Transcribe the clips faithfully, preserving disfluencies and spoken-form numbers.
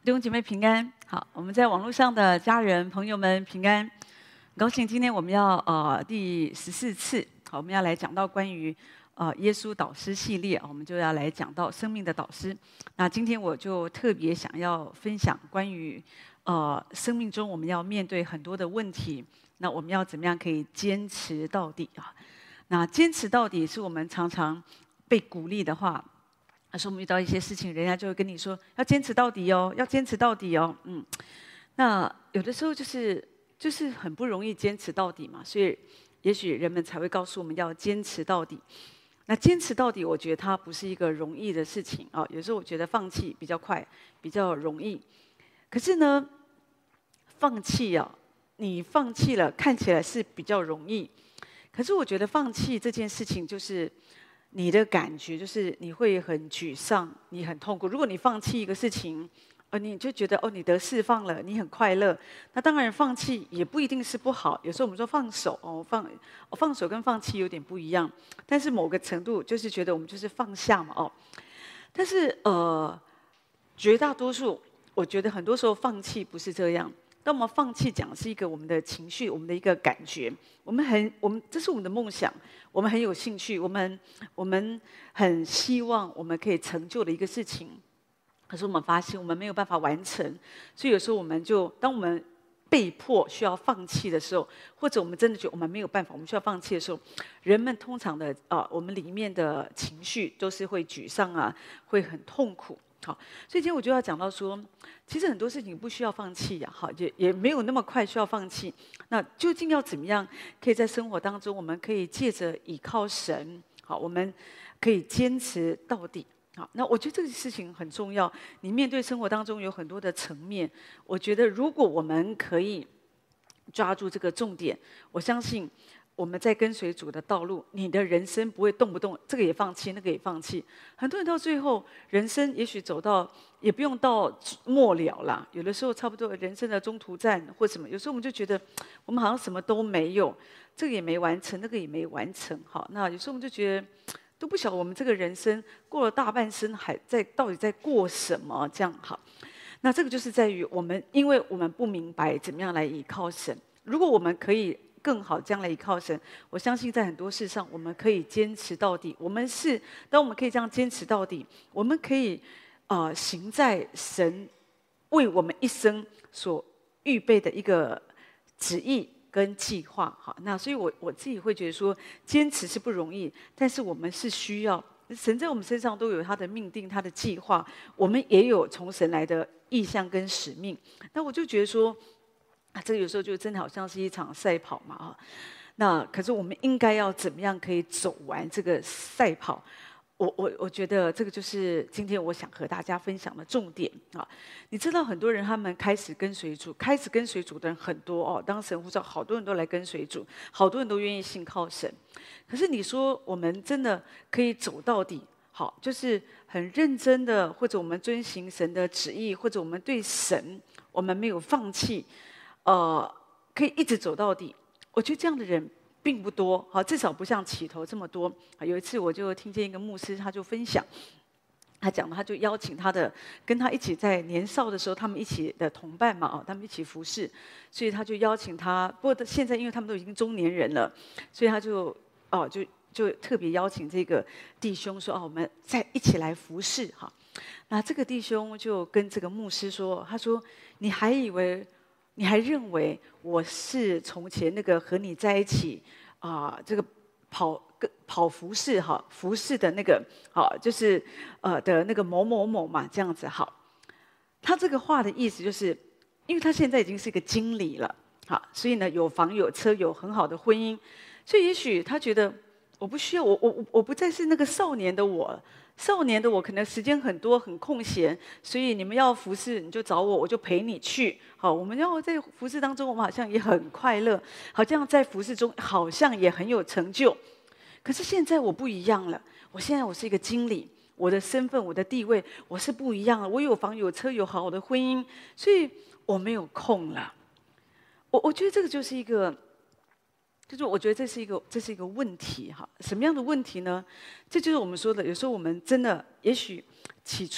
弟兄姐妹平安，好，我们在网络上的家人朋友们平安。很高兴今天我们要呃第十四次，好，我们要来讲到关于呃耶稣导师系列，我们就要来讲到生命的导师。那今天我就特别想要分享关于呃生命中我们要面对很多的问题，那我们要怎么样可以坚持到底啊？那坚持到底是我们常常被鼓励的话。有时候我们遇到一些事情，人家就会跟你说要坚持到底哦，要坚持到底哦，嗯。那有的时候就是就是很不容易坚持到底嘛，所以也许人们才会告诉我们要坚持到底。那坚持到底，我觉得它不是一个容易的事情啊。有时候我觉得放弃比较快，比较容易。可是呢，放弃啊，你放弃了，看起来是比较容易。可是我觉得放弃这件事情就是。你的感觉就是你会很沮丧，你很痛苦。如果你放弃一个事情，呃，你就觉得哦，你得释放了，你很快乐。那当然，放弃也不一定是不好。有时候我们说放手哦，放哦放手跟放弃有点不一样。但是某个程度就是觉得我们就是放下嘛哦。但是呃，绝大多数我觉得很多时候放弃不是这样。当我们放弃讲的是一个我们的情绪，我们的一个感觉，我们很我们这是我们的梦想，我们很有兴趣，我们我们很希望我们可以成就的一个事情，可是我们发现我们没有办法完成，所以有时候我们就当我们被迫需要放弃的时候，或者我们真的觉得我们没有办法，我们需要放弃的时候，人们通常的啊、呃，我们里面的情绪都是会沮丧啊，会很痛苦。好，所以今天我就要讲到说，其实很多事情不需要放弃呀，好，也也没有那么快需要放弃。那究竟要怎么样，可以在生活当中，我们可以借着倚靠神，好，我们可以坚持到底。好，那我觉得这个事情很重要。你面对生活当中有很多的层面，我觉得如果我们可以抓住这个重点，我相信。我们在跟随主的道路，你的人生不会动不动这个也放弃，那个也放弃。很多人到最后，人生也许走到也不用到末了啦，有的时候差不多人生的中途站或什么。有时候我们就觉得，我们好像什么都没有，这个也没完成，那个也没完成。好，那有时候我们就觉得都不晓得我们这个人生过了大半生，还在到底在过什么这样好。那这个就是在于我们，因为我们不明白怎么样来依靠神。如果我们可以。更好，将来依靠神。我相信在很多事上，我们可以坚持到底。我们是，当我们可以这样坚持到底，我们可以，呃，行在神为我们一生所预备的一个旨意跟计划。好，那所以我我自己会觉得说，坚持是不容易，但是我们是需要神在我们身上都有他的命定，他的计划，我们也有从神来的意向跟使命。那我就觉得说。啊，这个有时候就真的好像是一场赛跑嘛啊，那可是我们应该要怎么样可以走完这个赛跑？我我我觉得这个就是今天我想和大家分享的重点啊。你知道很多人他们开始跟随主，开始跟随主的人很多哦。当神呼召，好多人都来跟随主，好多人都愿意信靠神。可是你说我们真的可以走到底？好，就是很认真的，或者我们遵行神的旨意，或者我们对神我们没有放弃。呃，可以一直走到底。我觉得这样的人并不多，好，至少不像起头这么多。有一次，我就听见一个牧师，他就分享，他讲，他就邀请他的跟他一起在年少的时候，他们一起的同伴嘛，哦，他们一起服侍，所以他就邀请他。不过现在因为他们都已经中年人了，所以他就哦，就就特别邀请这个弟兄说，哦，我们再一起来服侍哈。那这个弟兄就跟这个牧师说，他说：“你还以为？”你还认为我是从前那个和你在一起啊、呃，这个跑跑服饰哈服饰的那个好、啊，就是呃的那个某某某嘛，这样子好。他这个话的意思就是，因为他现在已经是一个经理了，好，所以呢有房有车有很好的婚姻，所以也许他觉得我不需要，我我我不再是那个少年的我了。少年的我可能时间很多很空闲，所以你们要服侍你就找我，我就陪你去。好，我们要在服侍当中，我们好像也很快乐，好像在服侍中好像也很有成就。可是现在我不一样了，我现在我是一个经理，我的身份我的地位我是不一样了，我有房有车有好好的婚姻，所以我没有空了。我我觉得这个就是一个。就是我觉得这是一个这是一个问题哈，什么样的问题呢？这就是我们说的，有时候我们真的也许起初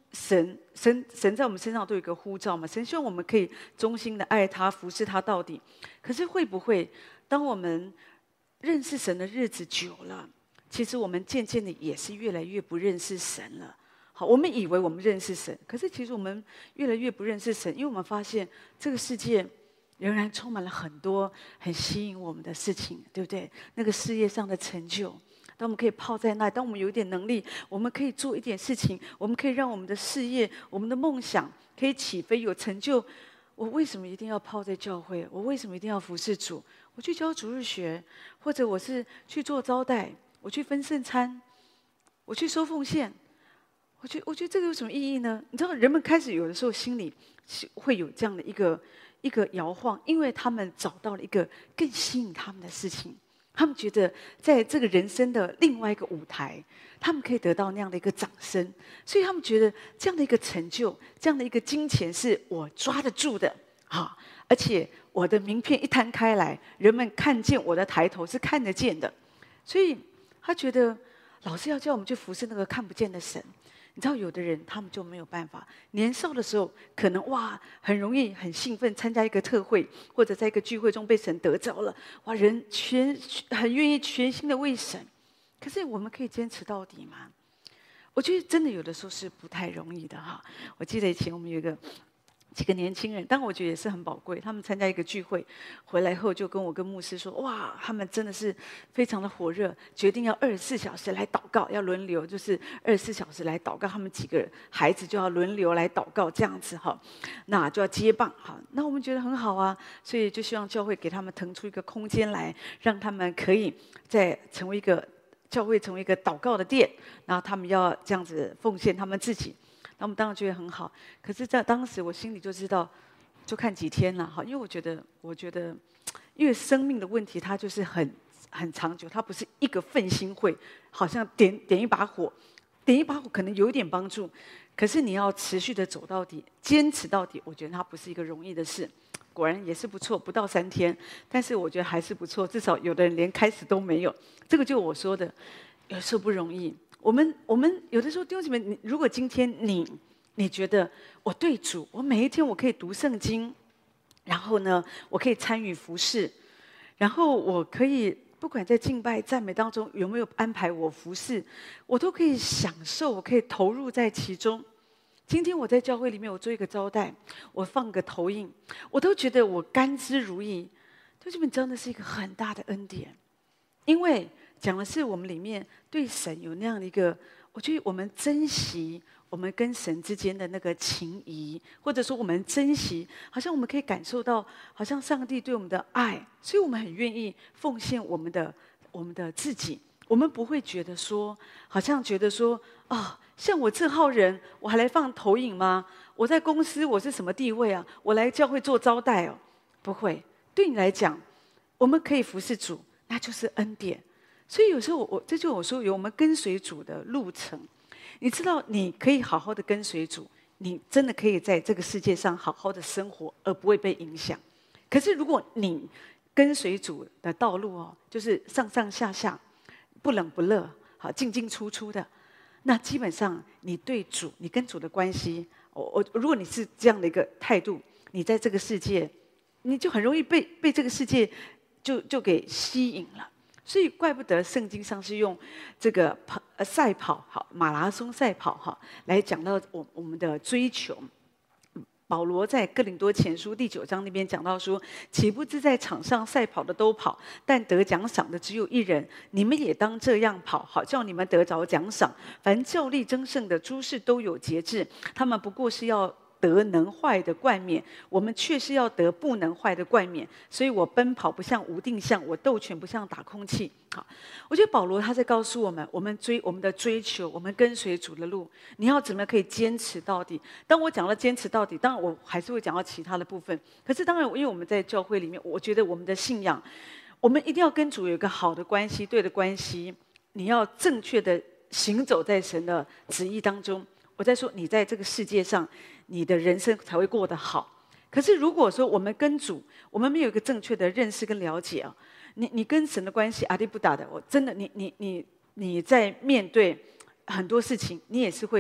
神神神在我们身上都有一个呼召嘛，神希望我们可以忠心的爱他，服侍他到底。可是会不会，当我们认识神的日子久了，其实我们渐渐的也是越来越不认识神了。好，我们以为我们认识神，可是其实我们越来越不认识神，因为我们发现这个世界仍然充满了很多很吸引我们的事情，对不对？那个事业上的成就。当我们可以泡在那，当我们有一点能力，我们可以做一点事情，我们可以让我们的事业、我们的梦想可以起飞、有成就。我为什么一定要泡在教会？我为什么一定要服侍主？我去教主日学，或者我是去做招待，我去分圣餐，我去收奉献。我觉得，我觉得这个有什么意义呢？你知道，人们开始有的时候心里会有这样的一个一个摇晃，因为他们找到了一个更吸引他们的事情。他们觉得，在这个人生的另外一个舞台，他们可以得到那样的一个掌声，所以他们觉得这样的一个成就，这样的一个金钱是我抓得住的，哈！而且我的名片一摊开来，人们看见我的抬头是看得见的，所以他觉得老师要叫我们去服侍那个看不见的神。你知道，有的人他们就没有办法。年少的时候，可能哇，很容易很兴奋，参加一个特会，或者在一个聚会中被神得着了，哇，人全很愿意全心的为神。可是我们可以坚持到底吗？我觉得真的有的时候是不太容易的哈。我记得以前我们有一个几个年轻人，但我觉得也是很宝贵。他们参加一个聚会，回来后就跟我跟牧师说：“哇，他们真的是非常的火热，决定要二十四小时来祷告，要轮流，就是二十四小时来祷告。他们几个孩子就要轮流来祷告，这样子哈，那就要接棒哈。那我们觉得很好啊，所以就希望教会给他们腾出一个空间来，让他们可以再成为一个教会，成为一个祷告的殿。然后他们要这样子奉献他们自己。”那我们当然觉得很好，可是，在当时我心里就知道，就看几天了哈，因为我觉得，我觉得，因为生命的问题，它就是很很长久，它不是一个奋心会，好像点点一把火，点一把火可能有一点帮助，可是你要持续的走到底，坚持到底，我觉得它不是一个容易的事。果然也是不错，不到三天，但是我觉得还是不错，至少有的人连开始都没有，这个就我说的，有时候不容易。我们我们有的时候弟兄姐妹，你如果今天你你觉得我对主，我每一天我可以读圣经，然后呢，我可以参与服事，然后我可以不管在敬拜赞美当中有没有安排我服事，我都可以享受，我可以投入在其中。今天我在教会里面，我做一个招待，我放个投影，我都觉得我甘之如饴。弟兄姐妹，真的是一个很大的恩典，因为讲的是我们里面对神有那样的一个，我觉得我们珍惜我们跟神之间的那个情谊，或者说我们珍惜，好像我们可以感受到，好像上帝对我们的爱，所以我们很愿意奉献我们的我们的自己。我们不会觉得说，好像觉得说，啊，像我这号人，我还来放投影吗？我在公司我是什么地位啊？我来教会做招待哦，不会。对你来讲，我们可以服侍主，那就是恩典。所以有时候我我这就我说有我们跟随主的路程，你知道你可以好好的跟随主，你真的可以在这个世界上好好的生活，而不会被影响。可是如果你跟随主的道路哦，就是上上下下，不冷不热，好进进出出的，那基本上你对主，你跟主的关系，我我如果你是这样的一个态度，你在这个世界，你就很容易被被这个世界就就给吸引了。所以怪不得圣经上是用这个跑呃赛跑好马拉松赛跑哈来讲到我我们的追求。保罗在哥林多前书第九章那边讲到说，岂不知在场上赛跑的都跑，但得奖赏的只有一人。你们也当这样跑，好叫你们得着奖赏。凡较力争胜的诸事都有节制，他们不过是要得能坏的冠冕，我们却是要得不能坏的冠冕。所以我奔跑不像无定向，我斗拳不像打空气。好，我觉得保罗他在告诉我们，我们追我们的追求，我们跟随主的路，你要怎么样可以坚持到底？当我讲了坚持到底，当然我还是会讲到其他的部分。可是当然，因为我们在教会里面，我觉得我们的信仰，我们一定要跟主有一个好的关系，对的关系。你要正确的行走在神的旨意当中。我在说，你在这个世界上，你的人生才会过得好。可是如果说我们跟主，我们没有一个正确的认识跟了解啊，你你跟神的关系阿迪不达的，我真的，你你你你在面对很多事情，你也是会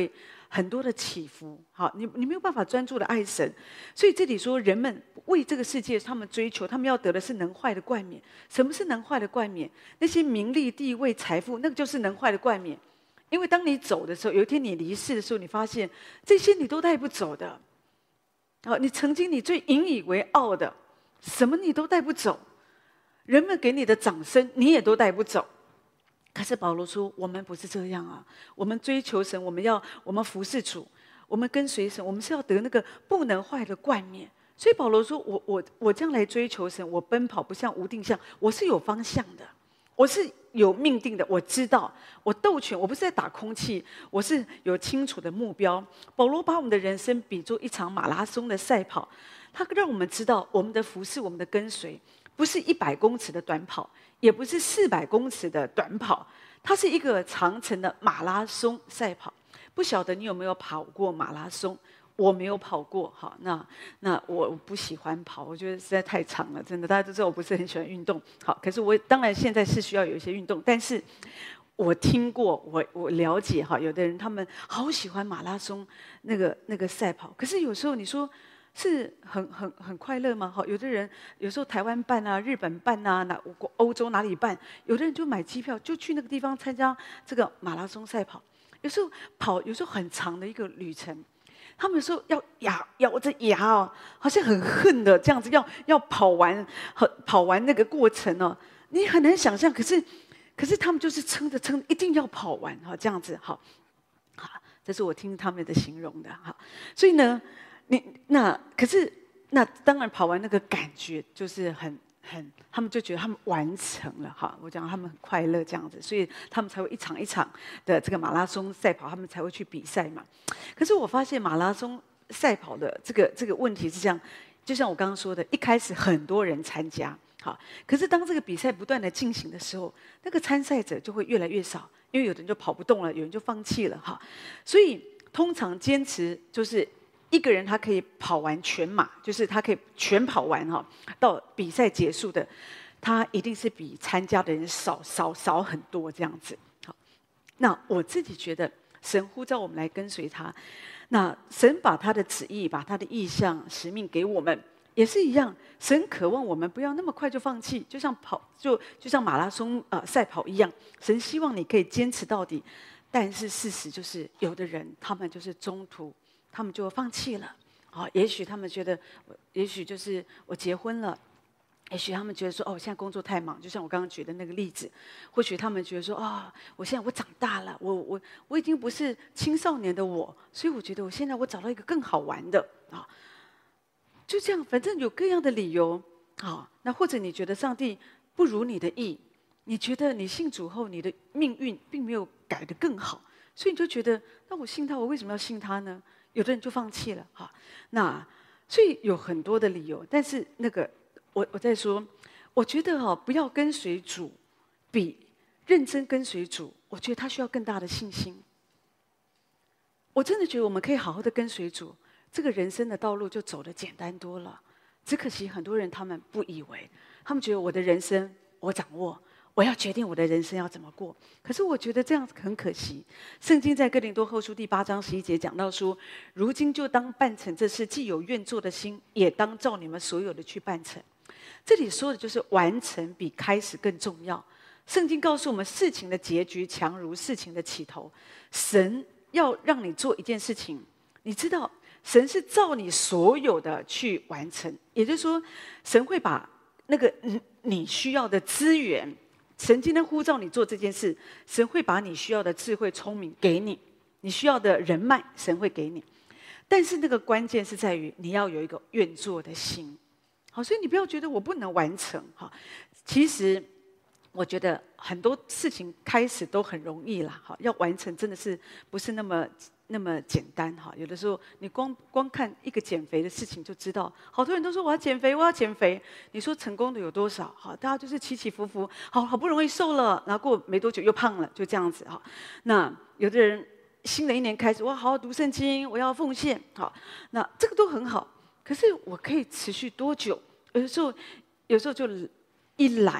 很多的起伏，好，你你没有办法专注的爱神。所以这里说，人们为这个世界，他们追求，他们要得的是能坏的冠冕。什么是能坏的冠冕？那些名利、地位、财富，那个就是能坏的冠冕。因为当你走的时候，有一天你离世的时候，你发现这些你都带不走的。好，你曾经你最引以为傲的，什么你都带不走。人们给你的掌声，你也都带不走。可是保罗说，我们不是这样啊！我们追求神，我们要我们服侍主，我们跟随神，我们是要得那个不能坏的冠冕。所以保罗说，我我我将来追求神，我奔跑不像无定向，我是有方向的，我是有命定的。我知道，我斗拳，我不是在打空气，我是有清楚的目标。保罗把我们的人生比作一场马拉松的赛跑，他让我们知道，我们的服侍，我们的跟随。不是一百公尺的短跑，也不是四百公尺的短跑，它是一个长程的马拉松赛跑。不晓得你有没有跑过马拉松？我没有跑过，好，那那我不喜欢跑，我觉得实在太长了，真的，大家都知道我不是很喜欢运动。好，可是我当然现在是需要有一些运动，但是我听过，我我了解哈，有的人他们好喜欢马拉松那个那个赛跑，可是有时候你说。是很很很快乐吗？好，有的人有时候台湾办啊，日本办啊，哪欧洲哪里办？有的人就买机票，就去那个地方参加这个马拉松赛跑。有时候跑，有时候很长的一个旅程，他们有时候要咬咬着牙哦，好像很恨的这样子，要要跑完，跑完那个过程哦，你很难想象。可是可是他们就是撑着撑，一定要跑完哈，这样子好，好，这是我听他们的形容的哈。所以呢。你那可是那当然跑完那个感觉就是很很，他们就觉得他们完成了哈。我讲他们很快乐这样子，所以他们才会一场一场的这个马拉松赛跑，他们才会去比赛嘛。可是我发现马拉松赛跑的这个这个问题是这样，就像我刚刚说的，一开始很多人参加，好，可是当这个比赛不断的进行的时候，那个参赛者就会越来越少，因为有的人就跑不动了，有人就放弃了哈。所以通常坚持就是。一个人他可以跑完全马，就是他可以全跑完哈，到比赛结束的，他一定是比参加的人少少少很多这样子。好，那我自己觉得神呼召我们来跟随他，那神把他的旨意、把他的意向、使命给我们，也是一样。神渴望我们不要那么快就放弃，就像跑就就像马拉松呃赛跑一样，神希望你可以坚持到底。但是事实就是，有的人他们就是中途。他们就放弃了，啊，也许他们觉得，也许就是我结婚了，也许他们觉得说，哦，现在工作太忙，就像我刚刚举的那个例子，或许他们觉得说，啊、哦，我现在我长大了，我我我已经不是青少年的我，所以我觉得我现在我找到一个更好玩的啊，就这样，反正有各样的理由，啊，那或者你觉得上帝不如你的意，你觉得你信主后你的命运并没有改得更好，所以你就觉得，那我信他，我为什么要信他呢？有的人就放弃了哈，那所以有很多的理由，但是那个我我在说，我觉得哈，不要跟随主，比认真跟随主，我觉得他需要更大的信心。我真的觉得我们可以好好的跟随主，这个人生的道路就走得简单多了。只可惜很多人他们不以为，他们觉得我的人生我掌握。我要决定我的人生要怎么过，可是我觉得这样很可惜。圣经在哥林多后书第八章十一节讲到说：“如今就当办成这事，既有愿做的心，也当照你们所有的去办成。”这里说的就是完成比开始更重要。圣经告诉我们，事情的结局强如事情的起头。神要让你做一件事情，你知道，神是照你所有的去完成，也就是说，神会把那个你需要的资源。神今天呼召你做这件事，神会把你需要的智慧、聪明给你，你需要的人脉，神会给你。但是那个关键是在于你要有一个愿做的心。好，所以你不要觉得我不能完成哈。其实我觉得很多事情开始都很容易啦，哈，要完成真的是不是那么那么简单哈。有的时候你光光看一个减肥的事情就知道，好多人都说我要减肥，我要减肥。你说成功的有多少？哈，大家就是起起伏伏，好好不容易瘦了，然后过没多久又胖了，就这样子哈。那有的人新的一年开始，我要好好读圣经，我要奉献，好，那这个都很好。可是我可以持续多久？有的时候，有时候就一懒。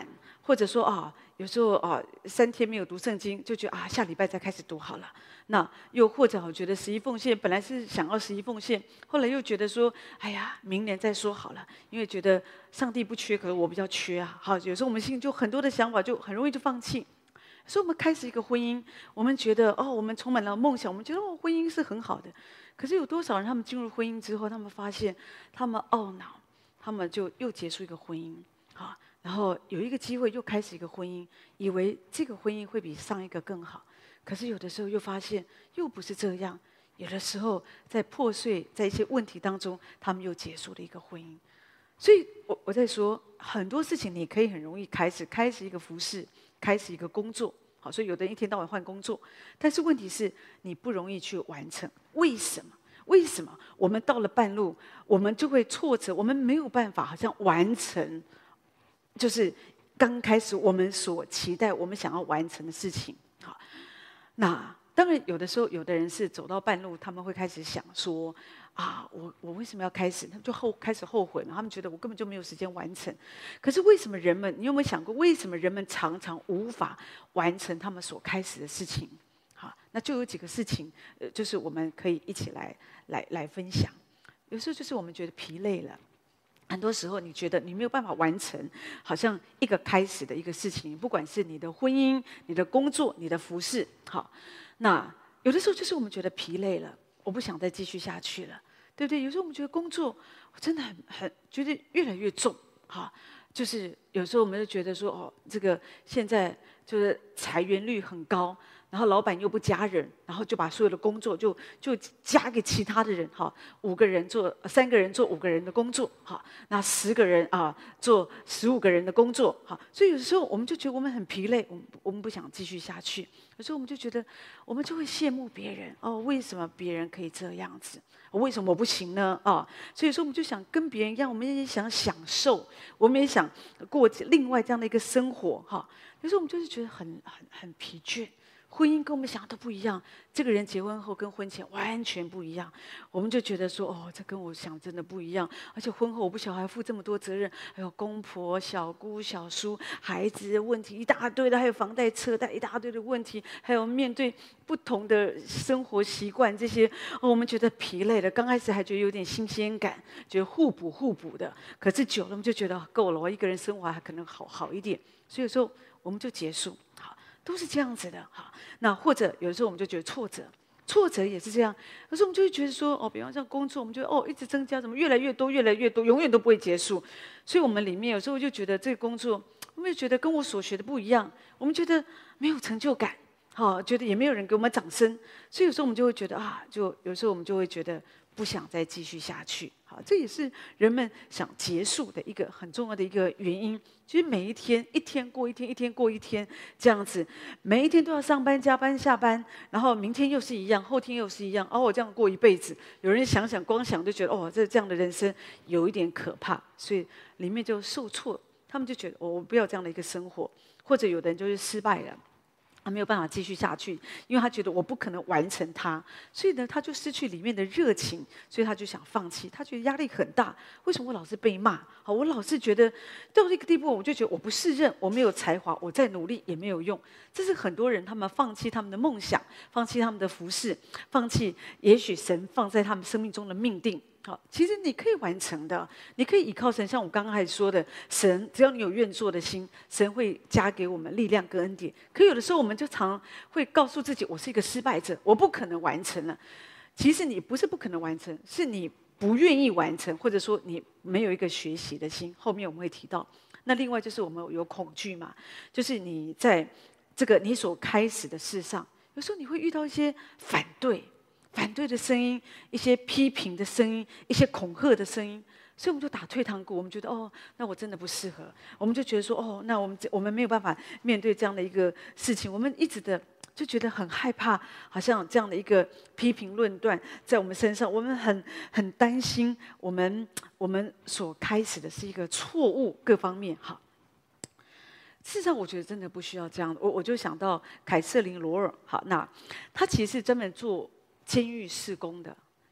或者说啊，有时候啊三天没有读圣经，就觉得啊下礼拜再开始读好了。那又或者我觉得十一奉献，本来是想要十一奉献，后来又觉得说，哎呀，明年再说好了，因为觉得上帝不缺，可是我比较缺啊。好，有时候我们心里就很多的想法，就很容易就放弃。所以我们开始一个婚姻，我们觉得哦，我们充满了梦想，我们觉得哦，婚姻是很好的。可是有多少人他们进入婚姻之后，他们发现他们懊恼，他们就又结束一个婚姻，好，然后有一个机会又开始一个婚姻，以为这个婚姻会比上一个更好。可是有的时候又发现又不是这样，有的时候在破碎，在一些问题当中，他们又结束了一个婚姻。所以我我在说很多事情，你可以很容易开始，开始一个服事，开始一个工作。好，所以有的人一天到晚换工作，但是问题是你不容易去完成。为什么？为什么我们到了半路，我们就会挫折，我们没有办法好像完成，就是刚开始我们所期待、我们想要完成的事情。好，那当然有的时候，有的人是走到半路，他们会开始想说：啊，我我为什么要开始？他们就后开始后悔了，他们觉得我根本就没有时间完成。可是为什么人们？你有没有想过，为什么人们常常无法完成他们所开始的事情？好，那就有几个事情，呃，就是我们可以一起来来来分享。有时候就是我们觉得疲累了。很多时候，你觉得你没有办法完成，好像一个开始的一个事情，不管是你的婚姻、你的工作、你的服饰，好，那有的时候就是我们觉得疲累了，我不想再继续下去了，对不对？有时候我们觉得工作真的很很觉得越来越重，哈，就是有时候我们就觉得说，哦，这个现在就是裁员率很高。然后老板又不加人，然后就把所有的工作就就加给其他的人，哈，五个人做三个人做五个人的工作，哈，那十个人啊做十五个人的工作，哈，所以有时候我们就觉得我们很疲累，我们我们不想继续下去，有时候我们就觉得我们就会羡慕别人，哦，为什么别人可以这样子？为什么我不行呢？啊，所以说我们就想跟别人一样，我们也想享受，我们也想过另外这样的一个生活，哈，有时候我们就是觉得很很很疲倦。婚姻跟我们想的都不一样，这个人结婚后跟婚前完全不一样，我们就觉得说，哦，这跟我想真的不一样。而且婚后我不晓得还负这么多责任，还有公婆、小姑、小叔、孩子的问题一大堆的，还有房贷、车贷一大堆的问题，还有面对不同的生活习惯这些，哦，我们觉得疲累了。刚开始还觉得有点新鲜感，觉得互补互补的，可是久了我们就觉得够了，我一个人生活还可能好好一点，所以有时候我们就结束。好。都是这样子的，哈。那或者有的时候我们就觉得挫折，挫折也是这样。有时候我们就会觉得说，哦，比方像工作，我们就哦一直增加，怎么越来越多，越来越多，永远都不会结束。所以我们里面有时候就觉得这个工作，我们就觉得跟我所学的不一样，我们觉得没有成就感，好，觉得也没有人给我们掌声。所以有时候我们就会觉得啊，就有时候我们就会觉得不想再继续下去。好，这也是人们想结束的一个很重要的一个原因。其实每一天，一天过一天，一天过一天，这样子，每一天都要上班、加班、下班，然后明天又是一样，后天又是一样，哦，我这样过一辈子。有人想想，光想就觉得，哦，这这样的人生有一点可怕，所以里面就受挫，他们就觉得，哦，我不要这样的一个生活。或者有的人就是失败了。他没有办法继续下去，因为他觉得我不可能完成它，所以呢，他就失去里面的热情，所以他就想放弃。他觉得压力很大，为什么我老是被骂？好，我老是觉得到这个地步，我就觉得我不胜任，我没有才华，我再努力也没有用。这是很多人他们放弃他们的梦想，放弃他们的服事，放弃也许神放在他们生命中的命定。好，其实你可以完成的，你可以依靠神。像我刚刚还说的，神只要你有愿做的心，神会加给我们力量跟恩典。可有的时候，我们就常会告诉自己，我是一个失败者，我不可能完成了。其实你不是不可能完成，是你不愿意完成，或者说你没有一个学习的心。后面我们会提到。那另外就是我们有恐惧嘛，就是你在这个你所开始的事上，有时候你会遇到一些反对。反对的声音，一些批评的声音，一些恐吓的声音，所以我们就打退堂鼓。我们觉得哦，那我真的不适合。我们就觉得说哦，那我们我们没有办法面对这样的一个事情。我们一直的就觉得很害怕，好像这样的一个批评论断在我们身上，我们很很担心，我们我们所开始的是一个错误，各方面好。事实上，我觉得真的不需要这样。我我就想到凯瑟琳·罗尔，好，那他其实是专门做监狱事工的，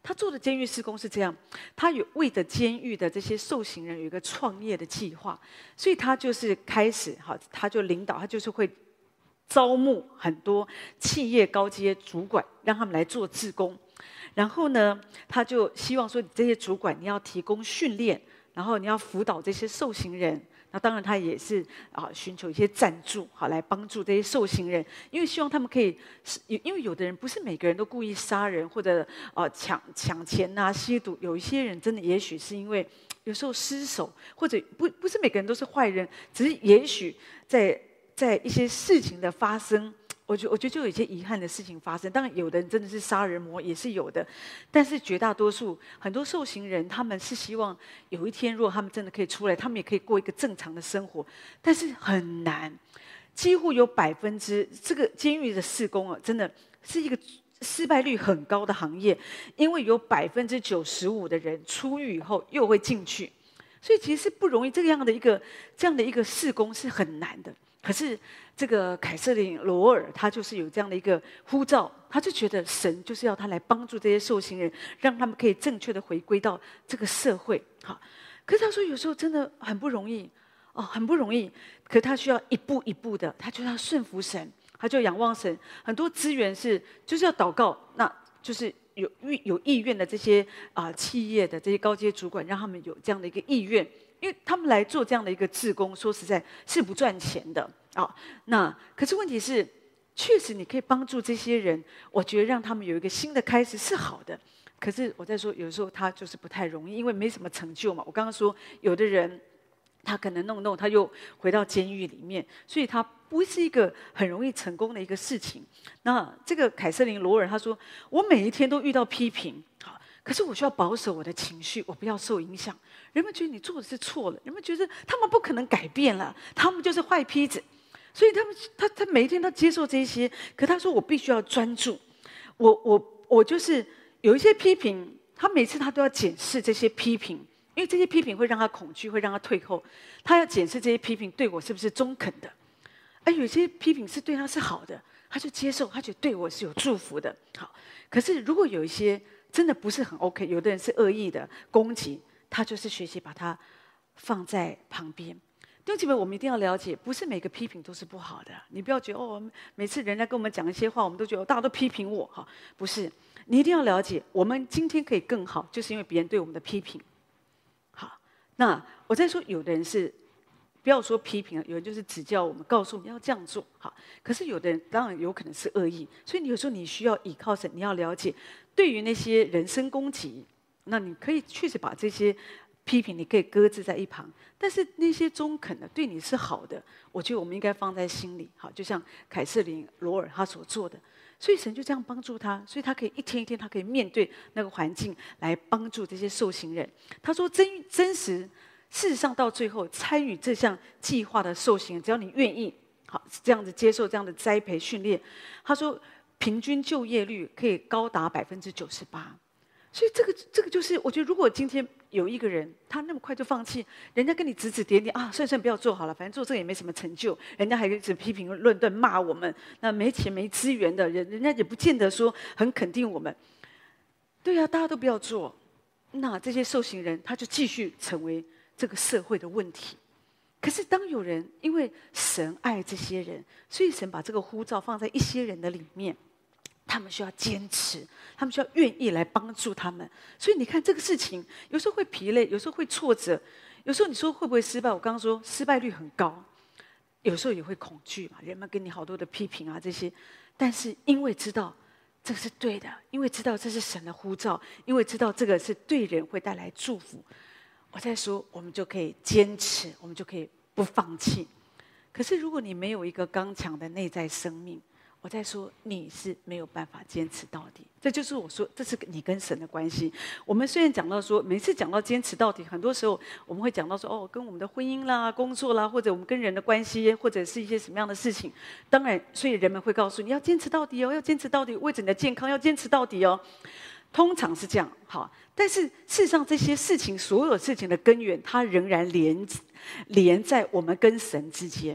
他做的监狱事工是这样，他有为着监狱的这些受刑人有一个创业的计划，所以他就是开始好，他就领导，他就是会招募很多企业高阶主管，让他们来做志工。然后呢，他就希望说，这些主管你要提供训练，然后你要辅导这些受刑人。那当然，他也是啊，寻求一些赞助，好来帮助这些受刑人，因为希望他们可以，因为有的人不是每个人都故意杀人或者啊抢抢钱呐、吸毒，有一些人真的也许是因为有时候失手，或者不不是每个人都是坏人，只是也许在在一些事情的发生。我觉我觉得就有一些遗憾的事情发生，当然有的人真的是杀人魔也是有的，但是绝大多数很多受刑人他们是希望有一天如果他们真的可以出来，他们也可以过一个正常的生活，但是很难，几乎有百分之这个监狱的事工啊，真的是一个失败率很高的行业，因为有百分之九十五的人出狱以后又会进去，所以其实是不容易，这样的一个这样的一个事工是很难的。可是这个凯瑟琳·罗尔，他就是有这样的一个呼召，他就觉得神就是要他来帮助这些受刑人，让他们可以正确的回归到这个社会。好，可是他说有时候真的很不容易哦，很不容易。可是他需要一步一步的，他就要顺服神，他就仰望神。很多资源是就是要祷告，那就是有意有意愿的这些啊、呃、企业的这些高阶主管，让他们有这样的一个意愿。因为他们来做这样的一个志工，说实在是不赚钱的啊、哦。那可是问题是，确实你可以帮助这些人，我觉得让他们有一个新的开始是好的。可是我在说，有时候他就是不太容易，因为没什么成就嘛。我刚刚说，有的人他可能弄弄，他又回到监狱里面，所以他不是一个很容易成功的一个事情。那这个凯瑟琳·罗尔他说，我每一天都遇到批评，好，可是我需要保守我的情绪，我不要受影响。人们觉得你做的是错了，人们觉得他们不可能改变了，他们就是坏坯子，所以他们他他每一天都接受这些。可他说我必须要专注，我我我就是有一些批评，他每次他都要检视这些批评，因为这些批评会让他恐惧，会让他退后。他要检视这些批评对我是不是中肯的，而有些批评是对他是好的，他就接受，他觉得对我是有祝福的。好，可是如果有一些真的不是很 OK， 有的人是恶意的攻击。他就是学习把它放在旁边。弟兄姐妹，我们一定要了解，不是每个批评都是不好的。你不要觉得哦，每次人家跟我们讲一些话，我们都觉得、哦、大家都批评我哈，不是。你一定要了解，我们今天可以更好，就是因为别人对我们的批评。好，那我在说，有的人是不要说批评了，有人就是指教我们，告诉我们要这样做。好，可是有的人当然有可能是恶意，所以你有时候你需要倚靠神，你要了解，对于那些人身攻击。那你可以确实把这些批评，你可以搁置在一旁。但是那些中肯的，对你是好的，我觉得我们应该放在心里。好，就像凯瑟琳·罗尔他所做的，所以神就这样帮助他，所以他可以一天一天，他可以面对那个环境来帮助这些受刑人。他说真真实，事实上到最后参与这项计划的受刑人，只要你愿意，好这样子接受这样的栽培训练，他说平均就业率可以高达百分之九十八。所以这个这个就是，我觉得如果今天有一个人他那么快就放弃，人家跟你指指点点啊，算算不要做好了，反正做这个也没什么成就，人家还一直批评论断骂我们，那没钱没资源的人，人家也不见得说很肯定我们。对啊，大家都不要做，那这些受刑人他就继续成为这个社会的问题。可是当有人因为神爱这些人，所以神把这个呼召放在一些人的里面。他们需要坚持，他们需要愿意来帮助他们。所以你看这个事情，有时候会疲累，有时候会挫折，有时候你说会不会失败？我刚刚说失败率很高，有时候也会恐惧嘛，人们给你好多的批评啊这些。但是因为知道这个是对的，因为知道这是神的呼召，因为知道这个是对人会带来祝福，我在说我们就可以坚持，我们就可以不放弃。可是如果你没有一个刚强的内在生命，我在说你是没有办法坚持到底，这就是我说这是你跟神的关系。我们虽然讲到说每次讲到坚持到底，很多时候我们会讲到说哦，跟我们的婚姻啦、工作啦，或者我们跟人的关系，或者是一些什么样的事情。当然，所以人们会告诉你要坚持到底哦，要坚持到底，为着你的健康要坚持到底哦。通常是这样，好，但是事实上这些事情，所有事情的根源，它仍然连连在我们跟神之间。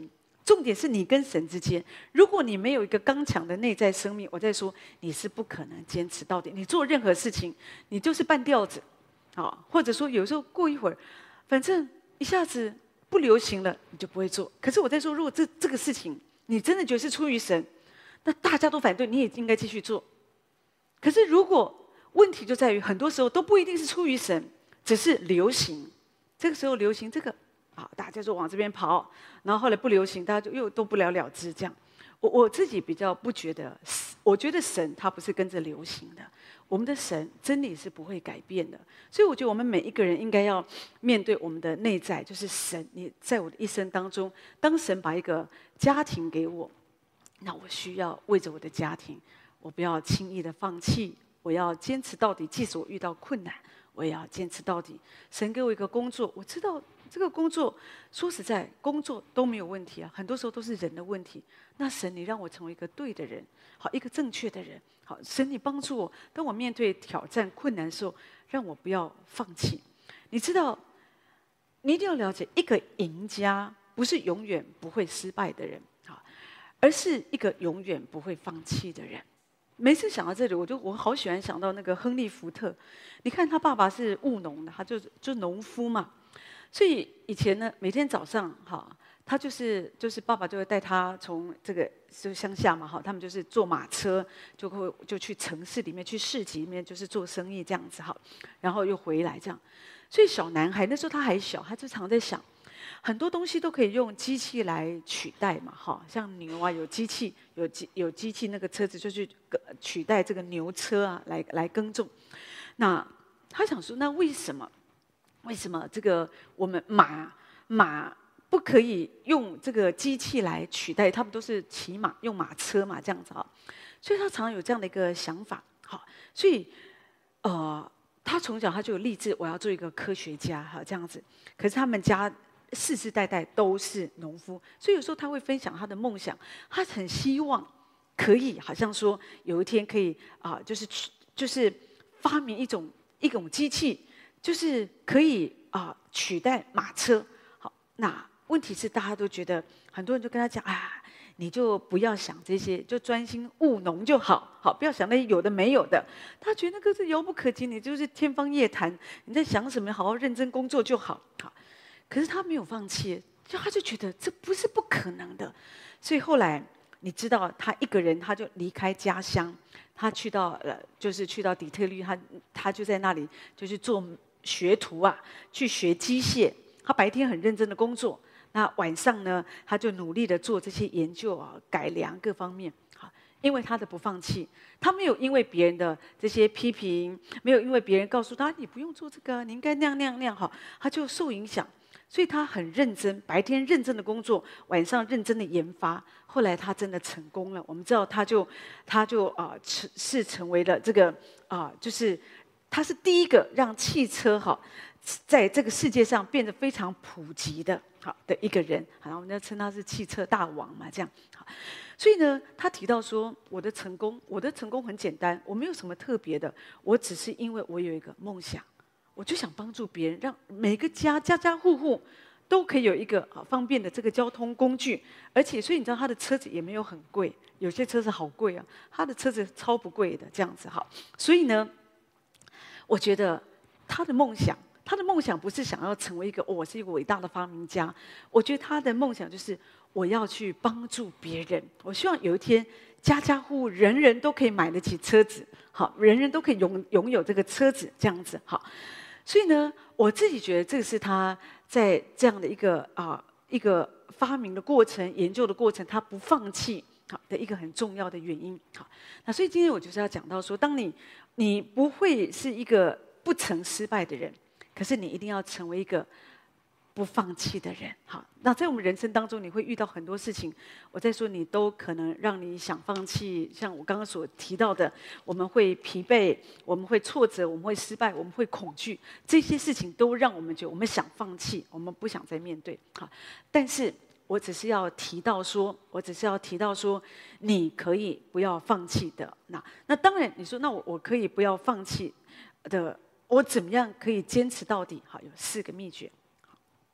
重点是你跟神之间，如果你没有一个刚强的内在生命，我在说你是不可能坚持到底。你做任何事情，你就是半吊子，啊，或者说有时候过一会儿，反正一下子不流行了，你就不会做。可是我在说，如果这这个事情你真的觉得是出于神，那大家都反对，你也应该继续做。可是如果问题就在于，很多时候都不一定是出于神，只是流行。这个时候流行这个。好，大家就往这边跑，然后后来不流行，大家就又都不了了之。这样，我我自己比较不觉得，我觉得神他不是跟着流行的，我们的神真理是不会改变的。所以我觉得我们每一个人应该要面对我们的内在，就是神。你在我的一生当中，当神把一个家庭给我，那我需要为着我的家庭，我不要轻易的放弃，我要坚持到底。即使我遇到困难，我也要坚持到底。神给我一个工作，我知道。这个工作，说实在，工作都没有问题啊，很多时候都是人的问题。那神，你让我成为一个对的人，好，一个正确的人。好，神，你帮助我，当我面对挑战、困难的时候，让我不要放弃。你知道，你一定要了解，一个赢家不是永远不会失败的人，好，而是一个永远不会放弃的人。每次想到这里，我就我好喜欢想到那个亨利·福特。你看他爸爸是务农的，他就就农夫嘛。所以以前呢，每天早上哈，他就是就是爸爸就会带他从这个就乡下嘛哈，他们就是坐马车，就会就去城市里面去市集里面就是做生意这样子哈，然后又回来这样。所以小男孩那时候他还小，他就常在想，很多东西都可以用机器来取代嘛哈，像牛啊有机器有机有机器那个车子就去取代这个牛车啊来来耕种。那他想说，那为什么？为什么这个我们马马不可以用这个机器来取代？他们都是骑马用马车嘛，这样子啊。所以他常常有这样的一个想法。好，所以呃，他从小他就有立志，我要做一个科学家哈，这样子。可是他们家世世代代都是农夫，所以有时候他会分享他的梦想，他很希望可以，好像说有一天可以啊、呃，就是就是发明一种一种机器。就是可以啊、呃、取代马车，好，那问题是大家都觉得，很多人就跟他讲啊，你就不要想这些，就专心务农就好，好，不要想那些有的没有的。他觉得那个是遥不可及，你就是天方夜谭，你在想什么？好好认真工作就好，好。可是他没有放弃，就他就觉得这不是不可能的，所以后来你知道，他一个人他就离开家乡，他去到呃，就是去到底特律，他他就在那里就去做。学徒啊，去学机械。他白天很认真的工作，那晚上呢，他就努力的做这些研究啊、改良各方面。好，因为他的不放弃，他没有因为别人的这些批评，没有因为别人告诉他你不用做这个，你应该那样那样那样好，他就受影响。所以他很认真，白天认真的工作，晚上认真的研发。后来他真的成功了。我们知道，他就他就啊，成、呃、是成为了这个啊、呃，就是。他是第一个让汽车哈，在这个世界上变得非常普及的好的一个人，好，我们要称他是汽车大王嘛，这样好。所以呢，他提到说，我的成功，我的成功很简单，我没有什么特别的，我只是因为我有一个梦想，我就想帮助别人，让每个家家家户户都可以有一个啊方便的这个交通工具，而且所以你知道他的车子也没有很贵，有些车子好贵啊，他的车子超不贵的这样子哈，所以呢。我觉得他的梦想，他的梦想不是想要成为一个、哦、我是一个伟大的发明家。我觉得他的梦想就是我要去帮助别人。我希望有一天家家户户人人都可以买得起车子，好，人人都可以拥拥有这个车子，这样子好。所以呢，我自己觉得这个是他在这样的一个啊、呃、一个发明的过程、研究的过程，他不放弃。好的一个很重要的原因，好，那所以今天我就是要讲到说，当你你不会是一个不曾失败的人，可是你一定要成为一个不放弃的人。好，那在我们人生当中，你会遇到很多事情，我在说你都可能让你想放弃。像我刚刚所提到的，我们会疲惫，我们会挫折，我们会失败，我们会恐惧，这些事情都让我们觉得我们想放弃，我们不想再面对。好，但是。我只是要提到说，我只是要提到说，你可以不要放弃的。那那当然，你说那我我可以不要放弃的，我怎么样可以坚持到底？好，有四个秘诀。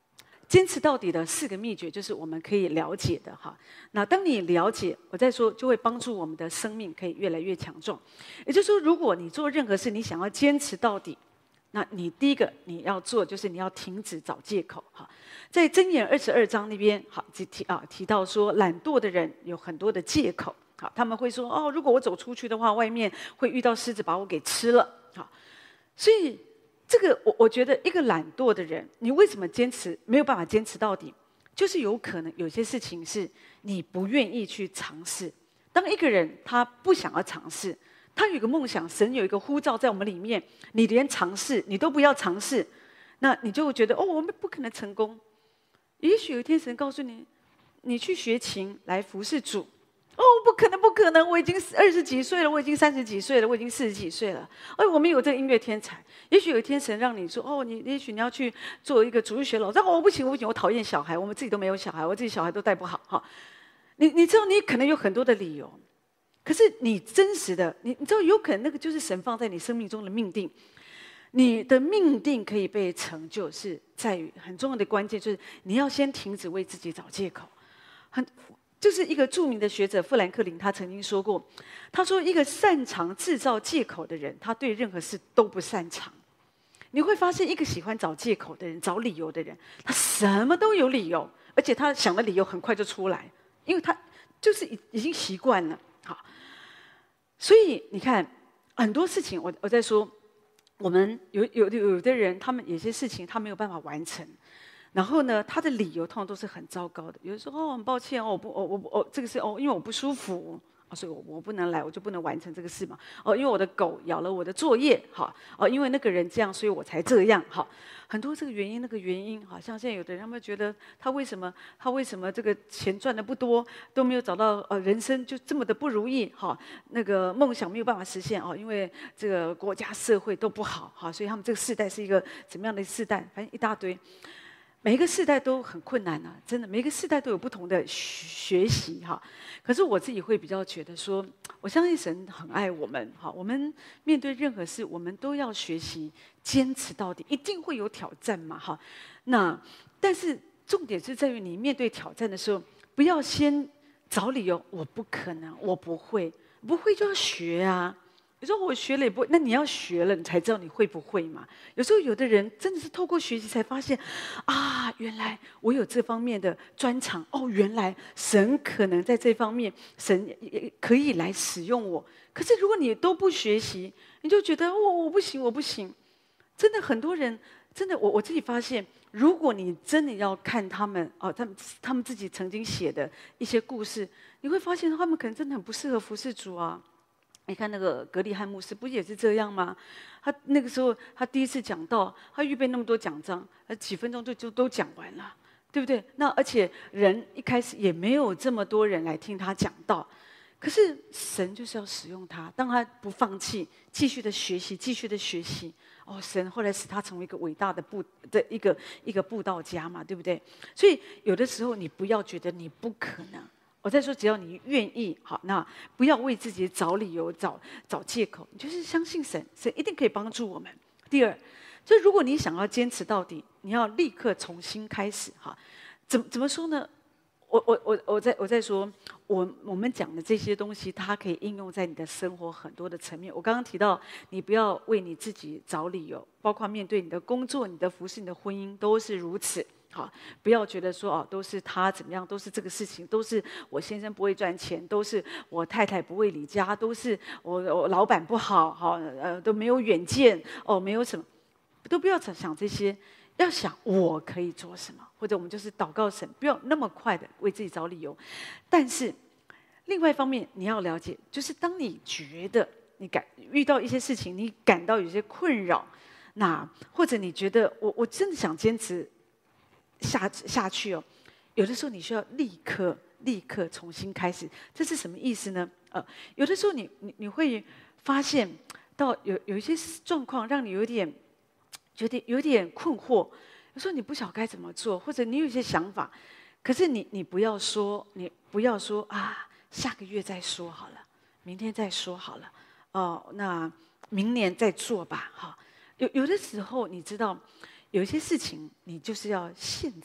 坚持到底的四个秘诀，就是我们可以了解的哈。那当你了解，我再说，就会帮助我们的生命可以越来越强壮。也就是说，如果你做任何事，你想要坚持到底，那你第一个你要做，就是你要停止找借口哈。在箴言二十二章那边，好提提啊提到说，懒惰的人有很多的借口。好，他们会说哦，如果我走出去的话，外面会遇到狮子把我给吃了。好，所以这个我我觉得一个懒惰的人，你为什么坚持没有办法坚持到底？就是有可能有些事情是你不愿意去尝试。当一个人他不想要尝试，他有一个梦想，神有一个呼召在我们里面，你连尝试你都不要尝试，那你就会觉得哦，我们不可能成功。也许有一天神告诉你，你去学琴来服侍主。哦，不可能，不可能！我已经二十几岁了，我已经三十几岁了，我已经四十几岁了。哎，我们有这个音乐天才。也许有一天神让你说，哦，你也许你要去做一个主日学老师。哦，不行，不行，我讨厌小孩，我们自己都没有小孩，我自己小孩都带不好。哈，你你知道，你可能有很多的理由，可是你真实的，你你知道，有可能那个就是神放在你生命中的命定。你的命定可以被成就，是在于很重要的关键，就是你要先停止为自己找借口。很。就是一个著名的学者富兰克林，他曾经说过，他说一个擅长制造借口的人，他对任何事都不擅长。你会发现，一个喜欢找借口的人、找理由的人，他什么都有理由，而且他想的理由很快就出来，因为他就是已已经习惯了。好，所以你看很多事情，我我在说，我们有有的有的人，他们有些事情他没有办法完成。然后呢，他的理由通常都是很糟糕的。有的说哦，很抱歉哦，我不，我我哦，这个是哦，因为我不舒服，哦，所以我我不能来，我就不能完成这个事嘛。哦，因为我的狗咬了我的作业，哈，哦，因为那个人这样，所以我才这样，哈。很多这个原因，那个原因，好像现在有的人他们觉得他为什么他为什么这个钱赚的不多，都没有找到呃人生就这么的不如意，哈，那个梦想没有办法实现哦，因为这个国家社会都不好，哈，所以他们这个世代是一个怎么样的世代？反正一大堆。每一个世代都很困难啊，真的，每一个世代都有不同的学习哈。可是我自己会比较觉得说，我相信神很爱我们哈。我们面对任何事，我们都要学习坚持到底，一定会有挑战嘛哈。那但是重点是在于你面对挑战的时候，不要先找理由，我不可能，我不会，不会就要学啊。你说我学了也不会，那你要学了，你才知道你会不会嘛。有时候有的人真的是透过学习才发现，啊，原来我有这方面的专长。哦，原来神可能在这方面，神也可以来使用我。可是如果你都不学习，你就觉得我我不行，我不行。真的很多人，真的我我自己发现，如果你真的要看他们哦，他们他们自己曾经写的一些故事，你会发现他们可能真的很不适合服侍主啊。你看那个格里汉牧师不也是这样吗？他那个时候他第一次讲道，他预备那么多讲章，几分钟就就都讲完了，对不对？那而且人一开始也没有这么多人来听他讲道，可是神就是要使用他，当他不放弃，继续的学习，继续的学习。哦，神后来使他成为一个伟大的布的一个一个布道家嘛，对不对？所以有的时候你不要觉得你不可能。我在说，只要你愿意，好，那不要为自己找理由、找找借口，你就是相信神，神一定可以帮助我们。第二，就如果你想要坚持到底，你要立刻重新开始，哈，怎怎么说呢？我我我我在我在说，我我们讲的这些东西，它可以应用在你的生活很多的层面。我刚刚提到，你不要为你自己找理由，包括面对你的工作、你的服侍、你的婚姻，都是如此。好，不要觉得说哦，都是他怎么样，都是这个事情，都是我先生不会赚钱，都是我太太不会理家，都是我我老板不好，好呃都没有远见哦，没有什么，都不要想这些，要想我可以做什么，或者我们就是祷告神，不要那么快的为自己找理由。但是另外一方面，你要了解，就是当你觉得你感遇到一些事情，你感到有些困扰，那或者你觉得我我真的想坚持。下下去哦，有的时候你需要立刻立刻重新开始，这是什么意思呢？呃，有的时候你你你会发现到有有一些状况让你有点觉得有点困惑，有时候你不晓得该怎么做，或者你有一些想法，可是你你不要说，你不要说啊，下个月再说好了，明天再说好了，哦、呃，那明年再做吧，哈。有有的时候你知道。有一些事情，你就是要现在，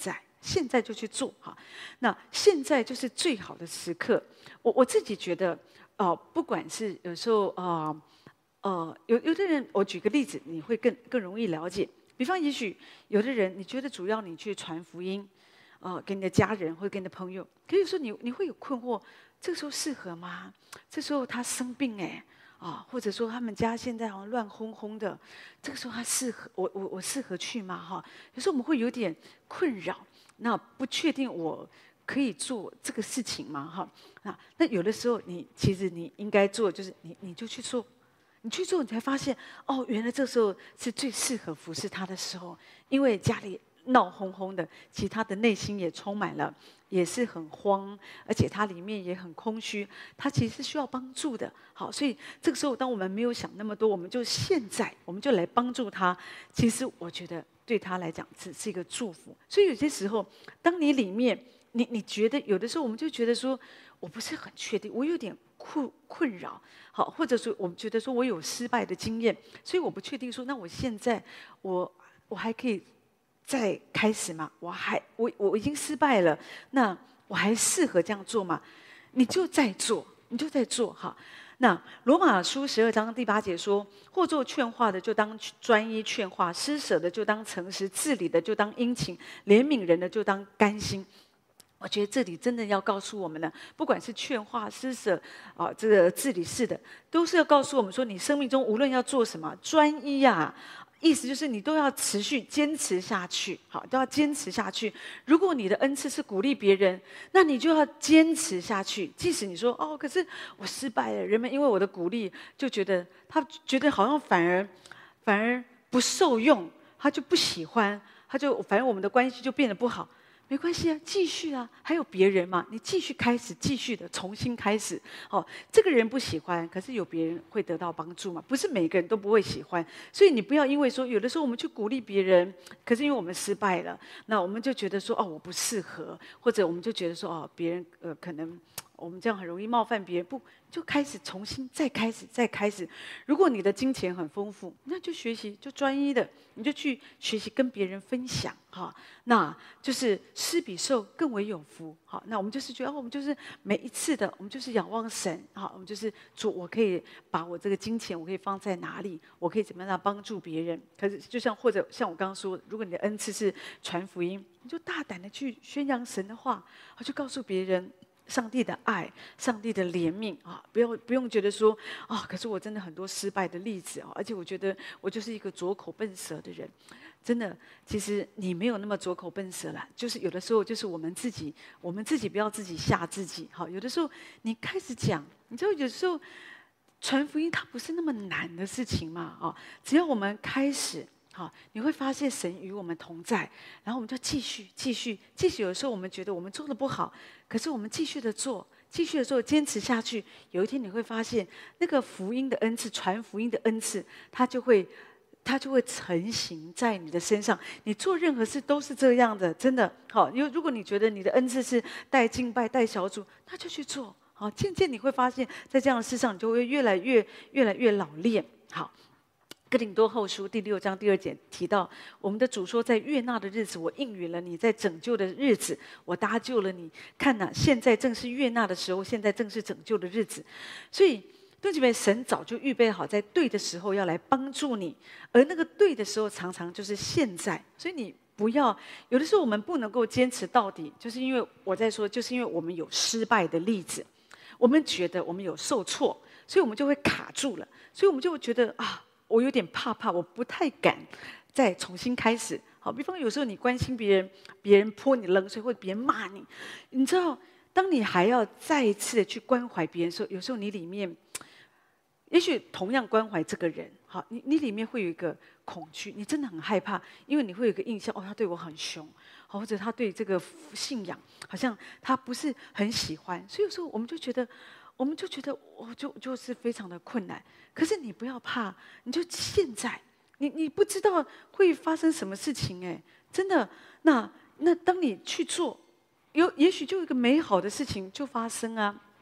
现在就去做哈。那现在就是最好的时刻。我我自己觉得，哦、呃，不管是有时候啊。呃呃，有有的人，我举个例子，你会更更容易了解。比方，也许有的人，你觉得主要你去传福音，呃，给你的家人或者给你的朋友，可以说你你会有困惑，这个时候适合吗？这时候他生病哎，啊，或者说他们家现在好像乱哄哄的，这个时候他适合我我我适合去吗？哈，有时候我们会有点困扰，那不确定我可以做这个事情吗？哈，那那有的时候你其实你应该做，就是你你就去做。你去做，你才发现，哦，原来这时候是最适合服侍他的时候，因为家里闹哄哄的，其实他的内心也充满了，也是很慌，而且他里面也很空虚，他其实是需要帮助的。好，所以这个时候，当我们没有想那么多，我们就现在，我们就来帮助他。其实我觉得对他来讲是是一个祝福。所以有些时候，当你里面，你你觉得有的时候，我们就觉得说，我不是很确定，我有点困困扰。好，或者说我们觉得说我有失败的经验，所以我不确定说，那我现在我我还可以再开始吗？我还我我已经失败了，那我还适合这样做吗？你就在做，你就在做哈。那罗马书十二章第八节说：或做劝化的，就当专一劝化；施舍的，就当诚实；治理的，就当殷勤；怜悯人的，就当甘心。我觉得这里真的要告诉我们呢，不管是劝化、施舍啊，这个治理式的，都是要告诉我们说，你生命中无论要做什么，专一啊，意思就是你都要持续坚持下去，好，都要坚持下去。如果你的恩赐是鼓励别人，那你就要坚持下去。即使你说哦，可是我失败了，人们因为我的鼓励就觉得他觉得好像反而反而不受用，他就不喜欢，他就反正我们的关系就变得不好。没关系啊，继续啊，还有别人嘛，你继续开始，继续的重新开始。哦，这个人不喜欢，可是有别人会得到帮助嘛，不是每个人都不会喜欢，所以你不要因为说有的时候我们去鼓励别人，可是因为我们失败了，那我们就觉得说哦我不适合，或者我们就觉得说哦别人呃可能我们这样很容易冒犯别人，不就开始重新再开始再开始。如果你的金钱很丰富，那就学习就专一的，你就去学习跟别人分享哈，那就是施比受更为有福。好，那我们就是觉得哦，我们就是每一次的，我们就是仰望神，好，我们就是主，我可以把我这个金钱，我可以放在哪里，我可以怎么样来帮助别人。可是就像或者像我刚刚说，如果你的恩赐是传福音，你就大胆的去宣扬神的话，好，去告诉别人。上帝的爱，上帝的怜悯啊！不用不用觉得说啊，可是我真的很多失败的例子啊，而且我觉得我就是一个拙口笨舌的人，真的，其实你没有那么拙口笨舌啦，就是有的时候就是我们自己，我们自己不要自己吓自己。好，有的时候你开始讲，你知道有时候传福音它不是那么难的事情嘛，啊，只要我们开始。好，你会发现神与我们同在，然后我们就继续、继续、继续。有时候我们觉得我们做的不好，可是我们继续的做，继续的做，坚持下去。有一天你会发现，那个福音的恩赐、传福音的恩赐，它就会，它就会成型在你的身上。你做任何事都是这样的，真的。好，因为如果你觉得你的恩赐是带敬拜、带小组，那就去做。好，渐渐你会发现，在这样的事上，你就会越来越、越来越老练。好。哥林多后书第六章第二节提到，我们的主说，在悦纳的日子，我应允了你；在拯救的日子，我搭救了你。看哪、啊，现在正是悦纳的时候，现在正是拯救的日子。所以，弟兄姐妹，神早就预备好，在对的时候要来帮助你，而那个对的时候，常常就是现在。所以你不要，有的时候我们不能够坚持到底，就是因为我在说，就是因为我们有失败的例子，我们觉得我们有受挫，所以我们就会卡住了，所以我们就会觉得啊。我有点怕怕，我不太敢再重新开始。好，比方有时候你关心别人，别人泼你冷水或者别人骂你，你知道，当你还要再一次的去关怀别人的时候，有时候你里面，也许同样关怀这个人，好，你你里面会有一个恐惧，你真的很害怕，因为你会有一个印象，哦，他对我很凶，好，或者他对这个信仰好像他不是很喜欢，所以有时候我们就觉得。我们就觉得，我就就是非常的困难。可是你不要怕，你就现在，你你不知道会发生什么事情，哎，真的。那那当你去做，有也许就有一个美好的事情就发生啊。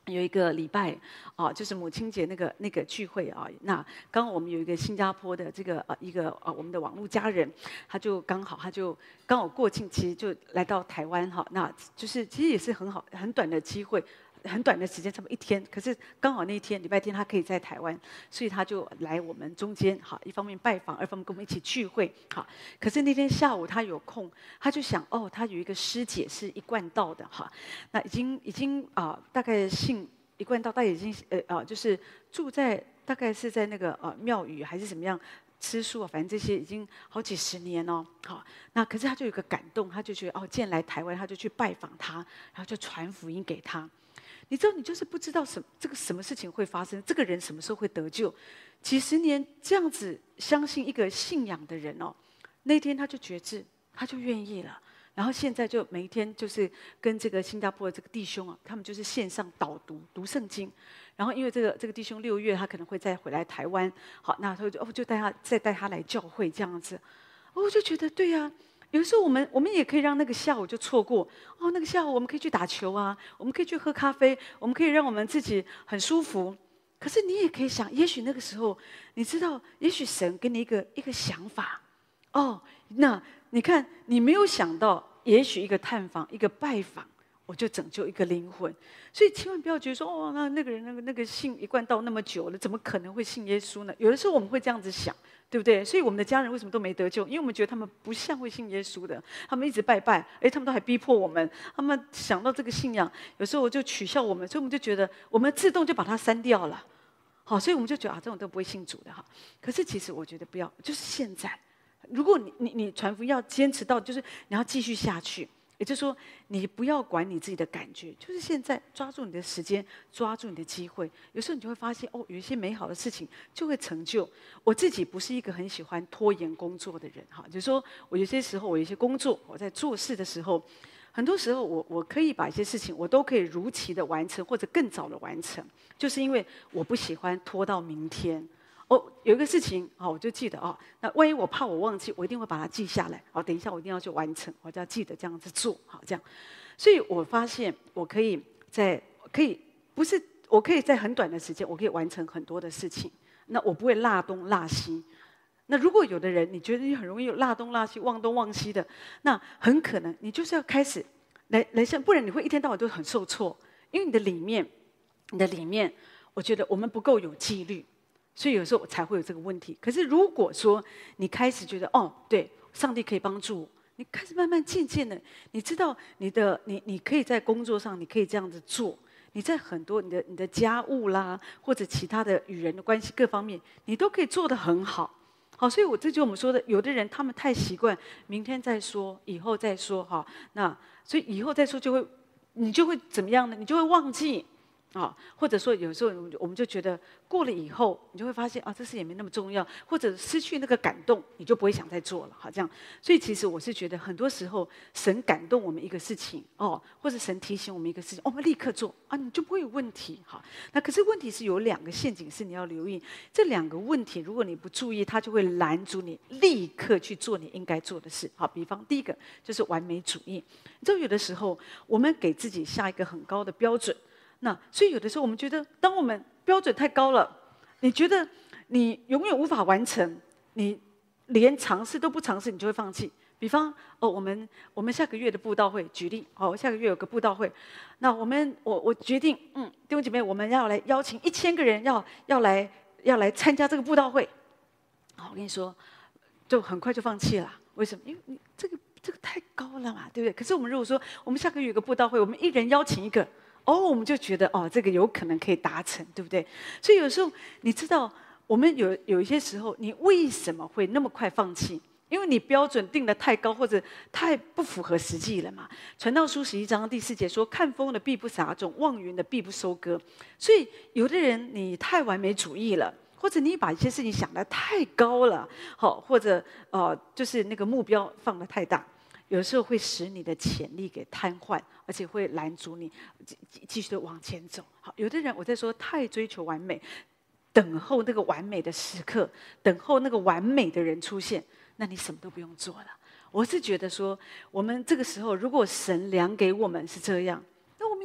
有一个礼拜啊，就是母亲节那个那个聚会啊。那刚刚我们有一个新加坡的这个呃一个呃我们的网络家人，他就刚好他就刚好过境，其实就来到台湾哈。那就是其实也是很好很短的机会。很短的时间，差不多一天，可是刚好那一天礼拜天他可以在台湾，所以他就来我们中间，好，一方面拜访，二方面跟我们一起聚会，好。可是那天下午他有空，他就想，哦，他有一个师姐是一贯道的，哈，那已经已经啊、呃，大概信一贯道，他已经呃啊、呃，就是住在大概是在那个呃庙宇还是怎么样。吃素啊，反正这些已经好几十年哦，好，那可是他就有个感动，他就觉得哦，既然来台湾，他就去拜访他，然后就传福音给他。你知道，你就是不知道什这个什么事情会发生，这个人什么时候会得救？几十年这样子相信一个信仰的人哦，那天他就决志，他就愿意了。然后现在就每一天就是跟这个新加坡的这个弟兄啊，他们就是线上导读读圣经。然后因为这个这个弟兄六月他可能会再回来台湾，好，那他就哦就带他再带他来教会这样子。哦，我就觉得对呀、啊。有时候我们我们也可以让那个下午就错过哦，那个下午我们可以去打球啊，我们可以去喝咖啡，我们可以让我们自己很舒服。可是你也可以想，也许那个时候，你知道，也许神给你一个一个想法，哦，那你看你没有想到，也许一个探访，一个拜访，我就拯救一个灵魂。所以千万不要觉得说，哦，那那个人那个那个信一贯道那么久了，怎么可能会信耶稣呢？有的时候我们会这样子想。对不对？所以我们的家人为什么都没得救？因为我们觉得他们不像会信耶稣的，他们一直拜拜，哎，他们都还逼迫我们。他们想到这个信仰，有时候我就取笑我们，所以我们就觉得我们自动就把它删掉了。好，所以我们就觉得啊，这种都不会信主的哈。可是其实我觉得不要，就是现在，如果你你你传福音要坚持到，就是你要继续下去。也就是说，你不要管你自己的感觉，就是现在抓住你的时间，抓住你的机会。有时候你就会发现，哦，有一些美好的事情就会成就。我自己不是一个很喜欢拖延工作的人，哈，就是说我有些时候，我有一些工作，我在做事的时候，很多时候我我可以把一些事情，我都可以如期的完成，或者更早的完成，就是因为我不喜欢拖到明天。哦，有一个事情，好，我就记得哦。那万一我怕我忘记，我一定会把它记下来。好，等一下我一定要去完成，我就要记得这样子做，好，这样。所以我发现我可以在可以不是我可以在很短的时间，我可以完成很多的事情。那我不会落东落西。那如果有的人你觉得你很容易有落东落西、忘东忘西的，那很可能你就是要开始来来像，不然你会一天到晚都很受挫，因为你的里面，你的里面，我觉得我们不够有纪律。所以有时候才会有这个问题。可是如果说你开始觉得哦，对，上帝可以帮助我，你开始慢慢渐渐的，你知道你的你你可以在工作上你可以这样子做，你在很多你的你的家务啦，或者其他的与人的关系各方面，你都可以做得很好。好，所以我这就我们说的，有的人他们太习惯明天再说，以后再说哈。那所以以后再说就会，你就会怎么样呢？你就会忘记。啊，或者说有时候我们就觉得过了以后，你就会发现啊，这事也没那么重要，或者失去那个感动，你就不会想再做了。好，这样。所以其实我是觉得，很多时候神感动我们一个事情哦，或者神提醒我们一个事情，我们立刻做啊，你就不会有问题。好，那可是问题是有两个陷阱是你要留意，这两个问题如果你不注意，它就会拦阻你立刻去做你应该做的事。好，比方第一个就是完美主义。你知道有的时候我们给自己下一个很高的标准。那所以有的时候我们觉得，当我们标准太高了，你觉得你永远无法完成，你连尝试都不尝试，你就会放弃。比方哦，我们我们下个月的布道会，举例哦，下个月有个布道会，那我们我我决定，嗯，弟兄姐妹，我们要来邀请一千个人要要来要来参加这个布道会。好，我跟你说，就很快就放弃了。为什么？因为你这个这个太高了嘛，对不对？可是我们如果说我们下个月有个布道会，我们一人邀请一个。哦，我们就觉得哦，这个有可能可以达成，对不对？所以有时候你知道，我们有有一些时候，你为什么会那么快放弃？因为你标准定得太高，或者太不符合实际了嘛。传道书十一章第四节说：“看风的必不撒种，望云的必不收割。”所以有的人你太完美主义了，或者你把一些事情想得太高了，好，或者呃，就是那个目标放得太大。有时候会使你的潜力给瘫痪，而且会拦阻你继继续的往前走。好，有的人我在说太追求完美，等候那个完美的时刻，等候那个完美的人出现，那你什么都不用做了。我是觉得说，我们这个时候如果神量给我们是这样，那我们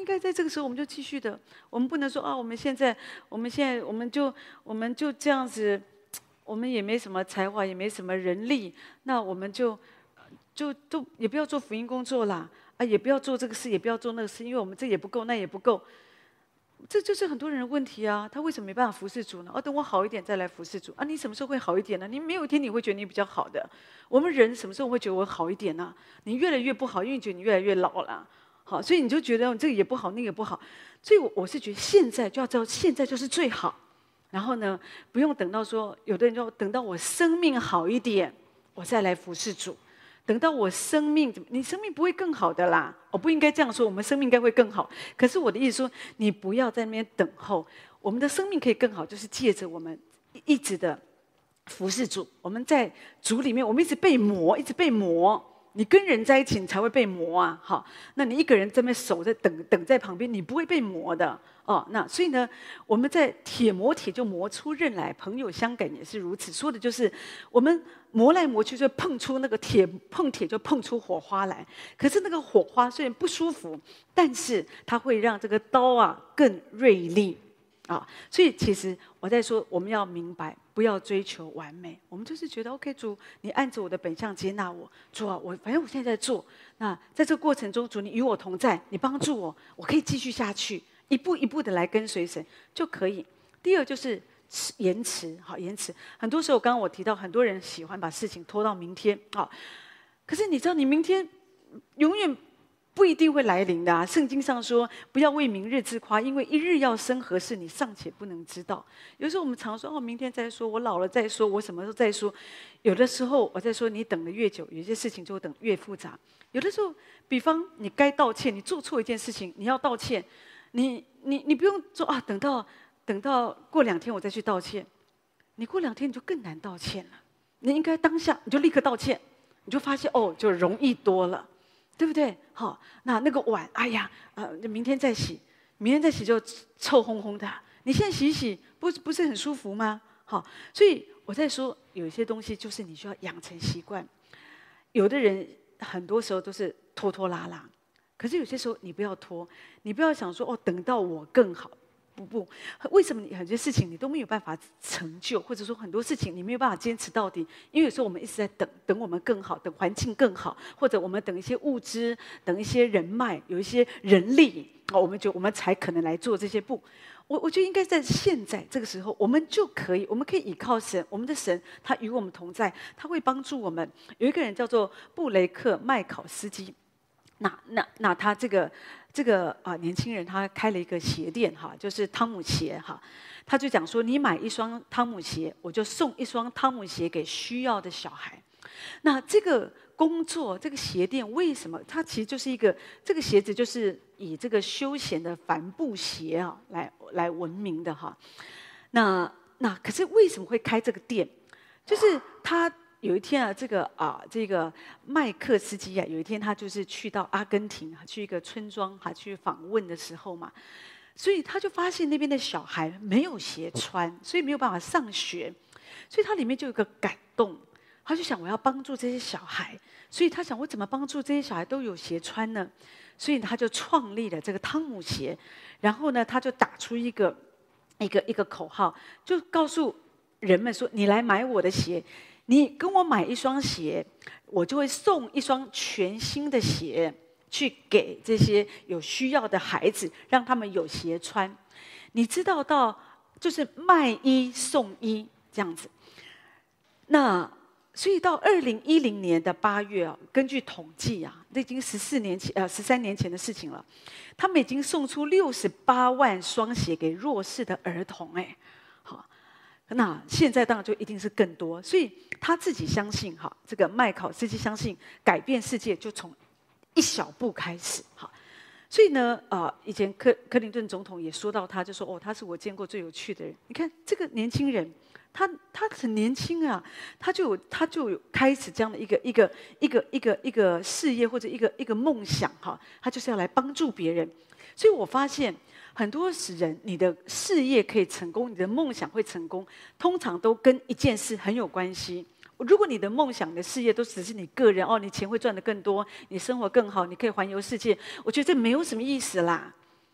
应该在这个时候我们就继续的，我们不能说啊，我们现在我们现在我们就我们就这样子，我们也没什么才华，也没什么人力，那我们就就都也不要做福音工作啦，啊，也不要做这个事，也不要做那个事，因为我们这也不够，那也不够。这就是很多人的问题啊！他为什么没办法服侍主呢？哦，等我好一点再来服侍主啊！你什么时候会好一点呢？你没有一天你会觉得你比较好的。我们人什么时候会觉得我好一点呢？你越来越不好，因为你觉得你越来越老了。好，所以你就觉得这个也不好，那个也不好。所以我我是觉得现在就要知道，现在就是最好。然后呢，不用等到说，有的人就等到我生命好一点，我再来服侍主。等到我生命，你生命不会更好的啦。我不应该这样说，我们生命应该会更好。可是我的意思说，你不要在那边等候，我们的生命可以更好，就是借着我们一直的服侍主。我们在主里面，我们一直被磨，一直被磨。你跟人在一起，你才会被磨啊！好，那你一个人在那边守在等等在旁边，你不会被磨的哦。那所以呢，我们在铁磨铁就磨出刃来，朋友相感也是如此。说的就是我们磨来磨去，就碰出那个铁碰铁就碰出火花来。可是那个火花虽然不舒服，但是它会让这个刀啊更锐利。啊，所以其实我在说，我们要明白，不要追求完美。我们就是觉得 ，OK， 主，你按着我的本相接纳我，主啊，我反正我现在在做。那在这个过程中，主你与我同在，你帮助我，我可以继续下去，一步一步的来跟随神就可以。第二就是延迟，好延迟。很多时候，刚刚我提到，很多人喜欢把事情拖到明天，好，可是你知道，你明天永远不一定会来临的啊！圣经上说，不要为明日自夸，因为一日要生何事，你尚且不能知道。有时候我们常说，哦，明天再说，我老了再说，我什么时候再说。有的时候我在说，你等的越久，有些事情就等越复杂。有的时候，比方你该道歉，你做错一件事情，你要道歉，你你你不用说啊，等到等到过两天我再去道歉。你过两天你就更难道歉了。你应该当下你就立刻道歉，你就发现哦，就容易多了。对不对？好，那那个碗，哎呀，呃，明天再洗，明天再洗就臭烘烘的。你现在洗一洗，不不是很舒服吗？好，所以我在说，有一些东西就是你需要养成习惯。有的人很多时候都是拖拖拉拉，可是有些时候你不要拖，你不要想说哦，等到我更好。不不，为什么你很多事情你都没有办法成就，或者说很多事情你没有办法坚持到底？因为有时候我们一直在等，等我们更好，等环境更好，或者我们等一些物资，等一些人脉，有一些人力，我们就我们才可能来做这些步。我我觉得应该在现在这个时候，我们就可以，我们可以倚靠神，我们的神他与我们同在，他会帮助我们。有一个人叫做布雷克麦考斯基。那那那他这个这个啊、呃、年轻人他开了一个鞋店哈，就是汤姆鞋哈，他就讲说，你买一双汤姆鞋，我就送一双汤姆鞋给需要的小孩。那这个工作这个鞋店为什么？它其实就是一个这个鞋子就是以这个休闲的帆布鞋啊来来闻名的哈。那那可是为什么会开这个店？就是他。有一天啊，这个啊，这个麦克斯基啊，有一天他就是去到阿根廷，去一个村庄哈去访问的时候嘛，所以他就发现那边的小孩没有鞋穿，所以没有办法上学，所以他里面就有一个感动，他就想我要帮助这些小孩，所以他想我怎么帮助这些小孩都有鞋穿呢？所以他就创立了这个汤姆鞋，然后呢，他就打出一个一个一个口号，就告诉人们说：你来买我的鞋。你跟我买一双鞋，我就会送一双全新的鞋去给这些有需要的孩子，让他们有鞋穿。你知道到就是卖一送一这样子。那所以到二零一零年的八月啊，根据统计啊，这已经十四年前呃十三年前的事情了，他们已经送出六十八万双鞋给弱势的儿童哎，好。那现在当然就一定是更多，所以他自己相信哈，这个麦考斯基相信改变世界就从一小步开始哈。所以呢，呃，以前克克林顿总统也说到他，就说哦，他是我见过最有趣的人。你看这个年轻人，他他很年轻啊，他就有他就有开始这样的一个一个一个一个一个事业或者一个一个梦想哈，他就是要来帮助别人。所以我发现。很多时人，你的事业可以成功，你的梦想会成功，通常都跟一件事很有关系。如果你的梦想、你的事业都只是你个人哦，你钱会赚得更多，你生活更好，你可以环游世界，我觉得这没有什么意思啦。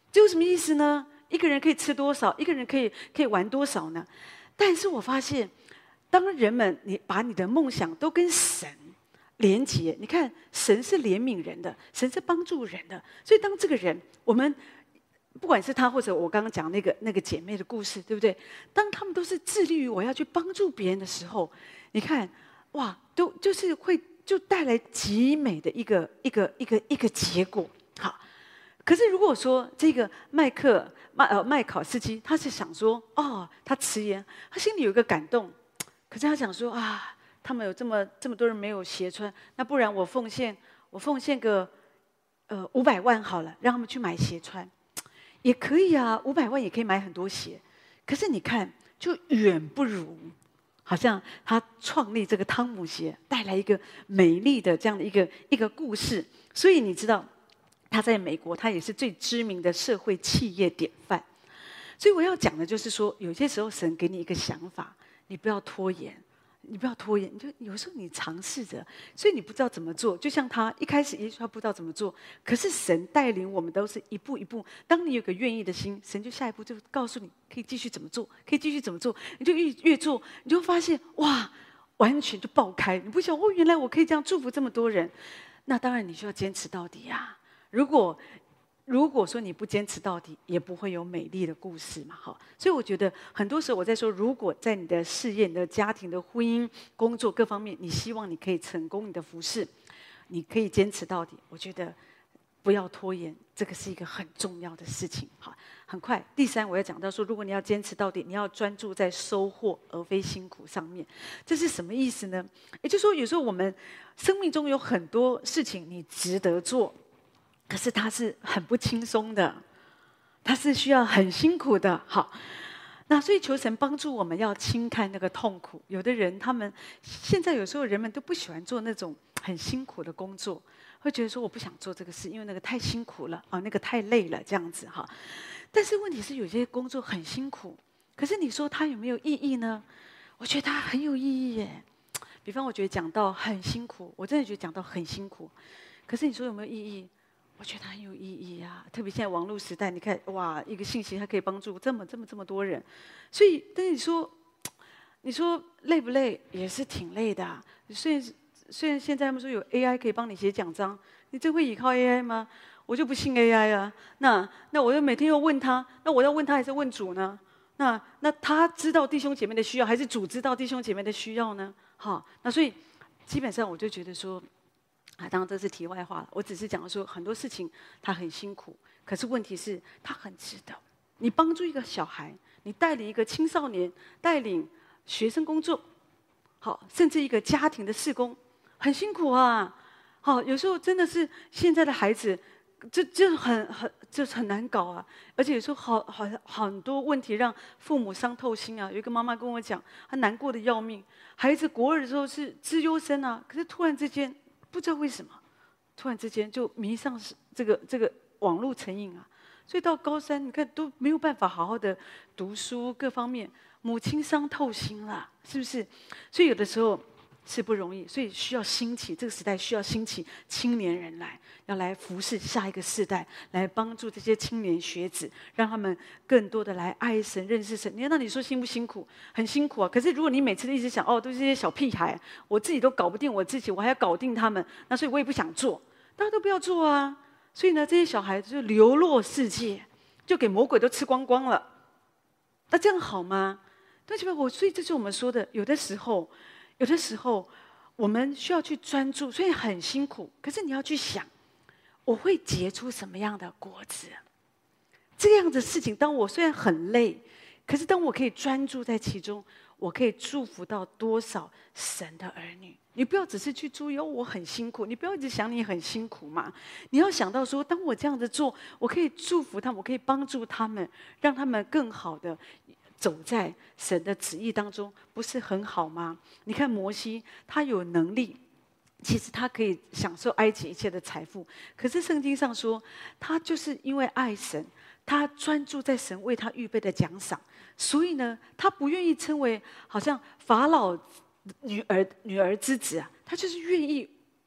这有什么意思呢？一个人可以吃多少？一个人可以可以玩多少呢？但是我发现，当人们你把你的梦想都跟神连结，你看神是怜悯人的，神是帮助人的，所以当这个人，我们不管是他或者我刚刚讲那个那个姐妹的故事，对不对？当他们都是致力于我要去帮助别人的时候，你看，哇，都就是会就带来极美的一个一个一个一个结果。好，可是如果说这个麦克麦呃麦考斯基，他是想说，哦，他迟延，他心里有一个感动，可是他想说啊，他们有这么这么多人没有鞋穿，那不然我奉献我奉献个呃五百万好了，让他们去买鞋穿。也可以啊，五百万也可以买很多鞋，可是你看，就远不如，好像他创立这个汤姆鞋，带来一个美丽的这样的一个一个故事。所以你知道，他在美国，他也是最知名的社会企业典范。所以我要讲的就是说，有些时候神给你一个想法，你不要拖延。你不要拖延，你就有时候你尝试着，所以你不知道怎么做。就像他一开始，也许他不知道怎么做，可是神带领我们都是一步一步。当你有个愿意的心，神就下一步就告诉你可以继续怎么做，可以继续怎么做。你就越越做，你就发现哇，完全就爆开。你不想哦，原来我可以这样祝福这么多人。那当然你需要坚持到底啊！如果如果说你不坚持到底，也不会有美丽的故事嘛，哈。所以我觉得很多时候我在说，如果在你的事业、你的家庭的婚姻、工作各方面，你希望你可以成功，你的服事，你可以坚持到底。我觉得不要拖延，这个是一个很重要的事情。好，很快，第三我要讲到说，如果你要坚持到底，你要专注在收获而非辛苦上面。这是什么意思呢？也就是说，有时候我们生命中有很多事情你值得做。可是它是很不轻松的，它是需要很辛苦的。好，那所以求神帮助我们要轻看那个痛苦。有的人他们现在有时候人们都不喜欢做那种很辛苦的工作，会觉得说我不想做这个事，因为那个太辛苦了啊，那个太累了这样子哈。但是问题是有些工作很辛苦，可是你说它有没有意义呢？我觉得它很有意义耶。比方我觉得讲到很辛苦，我真的觉得讲到很辛苦，可是你说有没有意义？我觉得它很有意义啊，特别现在网络时代，你看哇，一个信息它可以帮助这么这么这么多人，所以但是你说，你说累不累？也是挺累的啊。虽然虽然现在他们说有 A I 可以帮你写讲章，你真会依靠 A I 吗？我就不信 A I 啊。那那我就每天又问他，那我要问他还是问主呢？那那他知道弟兄姐妹的需要，还是主知道弟兄姐妹的需要呢？好，那所以基本上我就觉得说。啊，当然这是题外话了。我只是讲说很多事情它很辛苦，可是问题是它很值得。你帮助一个小孩，你带领一个青少年，带领学生工作，好，甚至一个家庭的事工，很辛苦啊。好，有时候真的是现在的孩子，这这很很这很难搞啊。而且有时候好好很多问题让父母伤透心啊。有一个妈妈跟我讲，她难过的要命，孩子国二的时候是资优生啊，可是突然之间。不知道为什么，突然之间就迷上这个这个网络成瘾啊！所以到高三，你看都没有办法好好的读书，各方面母亲伤透心了，是不是？所以有的时候是不容易，所以需要兴起这个时代需要兴起青年人来，要来服侍下一个世代，来帮助这些青年学子，让他们更多的来爱神、认识神。你看，那你说辛不辛苦？很辛苦啊！可是如果你每次都一直想，哦，都是这些小屁孩，我自己都搞不定我自己，我还要搞定他们，那所以我也不想做，大家都不要做啊！所以呢，这些小孩子就流落世界，就给魔鬼都吃光光了。那这样好吗？对不对？我所以这是我们说的，有的时候。有的时候，我们需要去专注，所以很辛苦。可是你要去想，我会结出什么样的果子？这样的事情，当我虽然很累，可是当我可以专注在其中，我可以祝福到多少神的儿女？你不要只是去注意哦，我很辛苦，你不要一直想你很辛苦嘛。你要想到说，当我这样子做，我可以祝福他们，我可以帮助他们，让他们更好的。走在神的旨意当中，不是很好吗？你看摩西，他有能力，其实他可以享受埃及一切的财富。可是圣经上说，他就是因为爱神，他专注在神为他预备的奖赏，所以呢，他不愿意称为好像法老女儿女儿之子啊，他就是愿意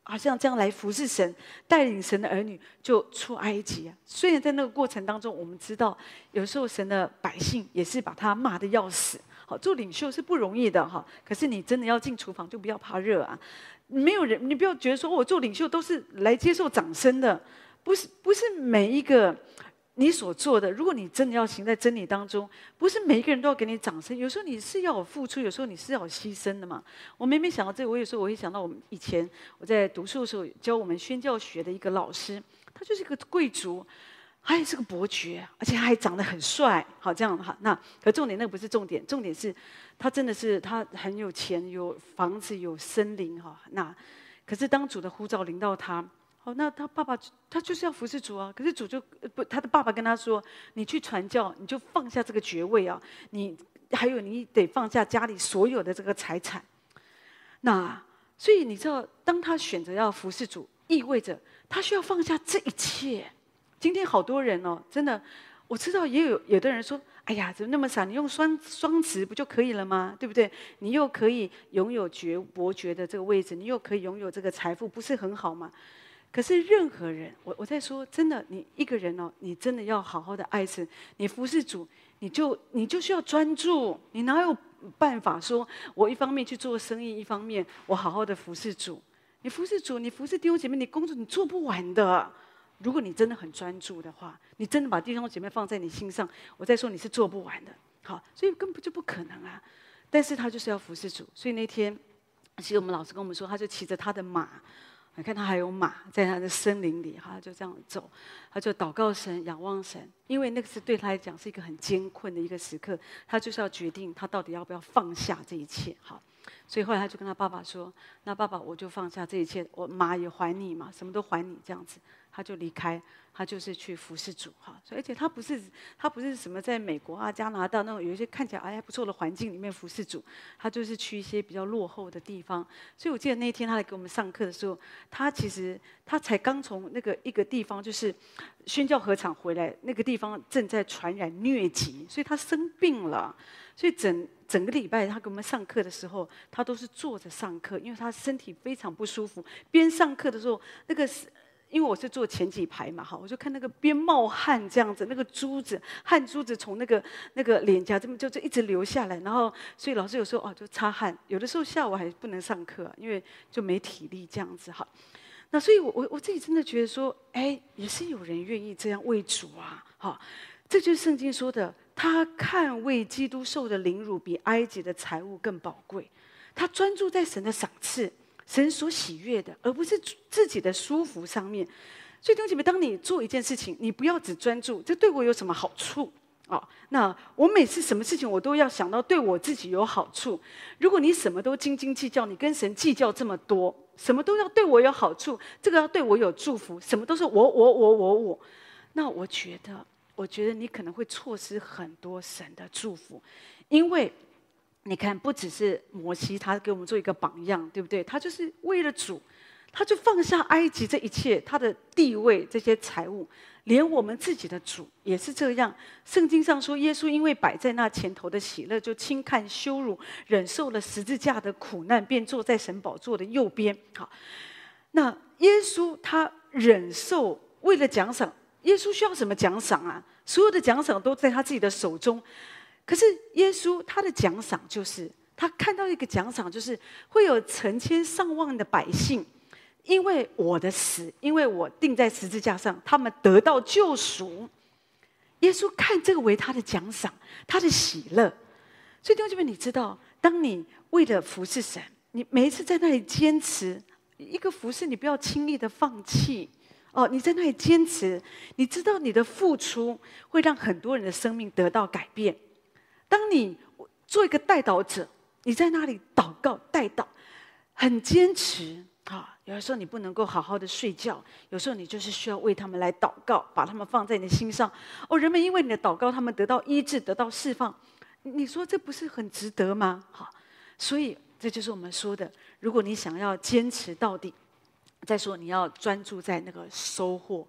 好像这样来服侍神，带领神的儿女就出埃及啊。虽然在那个过程当中，我们知道有时候神的百姓也是把他骂得要死。好，做领袖是不容易的哈。可是你真的要进厨房，就不要怕热啊。没有人，你不要觉得说，我做领袖都是来接受掌声的，不是，不是每一个你所做的，如果你真的要行在真理当中，不是每一个人都要给你掌声。有时候你是要有付出，有时候你是要有牺牲的嘛。我每每想到这个，我有时候我会想到我们以前我在读书的时候教我们宣教学的一个老师，他就是一个贵族。他也是个伯爵，而且他还长得很帅，好这样哈。那可重点那个不是重点，重点是，他真的是他很有钱，有房子，有森林哈。那可是当主的呼召临到他，哦，那他爸爸他就是要服侍主啊。可是主就不，他的爸爸跟他说：“你去传教，你就放下这个爵位啊，你还有你得放下家里所有的这个财产。”那所以你知道，当他选择要服侍主，意味着他需要放下这一切。今天好多人哦，真的，我知道也有有的人说：“哎呀，怎么那么傻？你用双双职不就可以了吗？对不对？你又可以拥有爵伯爵的这个位置，你又可以拥有这个财富，不是很好吗？”可是任何人，我我在说，真的，你一个人哦，你真的要好好的爱神，你服侍主，你就你就需要专注，你哪有办法说我一方面去做生意，一方面我好好的服侍主？你服侍主，你服侍弟兄姐妹，你工作你做不完的。如果你真的很专注的话，你真的把弟兄姐妹放在你心上，我再说你是做不完的。好，所以根本就不可能啊。但是他就是要服侍主，所以那天，其实我们老师跟我们说，他就骑着他的马，你看他还有马在他的森林里，他就这样走，他就祷告神，仰望神，因为那个是对他来讲是一个很艰困的一个时刻，他就是要决定他到底要不要放下这一切。好。所以后来他就跟他爸爸说：“那爸爸，我就放下这一切，我马也还你嘛，什么都还你这样子。”他就离开，他就是去服侍主哈。所以而且他不是他不是什么在美国啊、加拿大那种有一些看起来哎还不错的环境里面服侍主，他就是去一些比较落后的地方。所以我记得那一天他来给我们上课的时候，他其实他才刚从那个一个地方就是宣教合场回来，那个地方正在传染疟疾，所以他生病了。所以整整个礼拜他给我们上课的时候，他都是坐着上课，因为他身体非常不舒服。边上课的时候，那个是因为我是坐前几排嘛，哈，我就看那个边冒汗这样子，那个珠子汗珠子从那个那个脸颊这么就就一直流下来，然后所以老师有时候哦就擦汗，有的时候下午还不能上课，因为就没体力这样子哈。那所以我我我自己真的觉得说，哎，也是有人愿意这样为主啊，哈。这就是圣经说的，他看为基督受的凌辱比埃及的财物更宝贵。他专注在神的赏赐，神所喜悦的，而不是自己的舒服上面。所以弟兄姐妹，当你做一件事情，你不要只专注这对我有什么好处哦。那我每次什么事情我都要想到对我自己有好处。如果你什么都斤斤计较，你跟神计较这么多，什么都要对我有好处，这个要对我有祝福，什么都是我我我我我，那我觉得。我觉得你可能会错失很多神的祝福，因为你看，不只是摩西，他给我们做一个榜样，对不对？他就是为了主，他就放下埃及这一切，他的地位、这些财物，连我们自己的主也是这样。圣经上说，耶稣因为摆在那前头的喜乐，就轻看羞辱，忍受了十字架的苦难，便坐在神宝座的右边。好，那耶稣他忍受，为了奖赏。耶稣需要什么奖赏啊？所有的奖赏都在他自己的手中。可是耶稣他的奖赏就是他看到一个奖赏，就是会有成千上万的百姓，因为我的死，因为我钉在十字架上，他们得到救赎。耶稣看这个为他的奖赏，他的喜乐。所以弟兄姐妹，你知道，当你为了服侍神，你每一次在那里坚持一个服侍，你不要轻易的放弃。哦，你在那里坚持，你知道你的付出会让很多人的生命得到改变。当你做一个代祷者，你在那里祷告代祷，很坚持啊。有的时候你不能够好好的睡觉，有时候你就是需要为他们来祷告，把他们放在你的心上。哦，人们因为你的祷告，他们得到医治，得到释放。你说这不是很值得吗？好，所以这就是我们说的，如果你想要坚持到底。再说，你要专注在那个收获，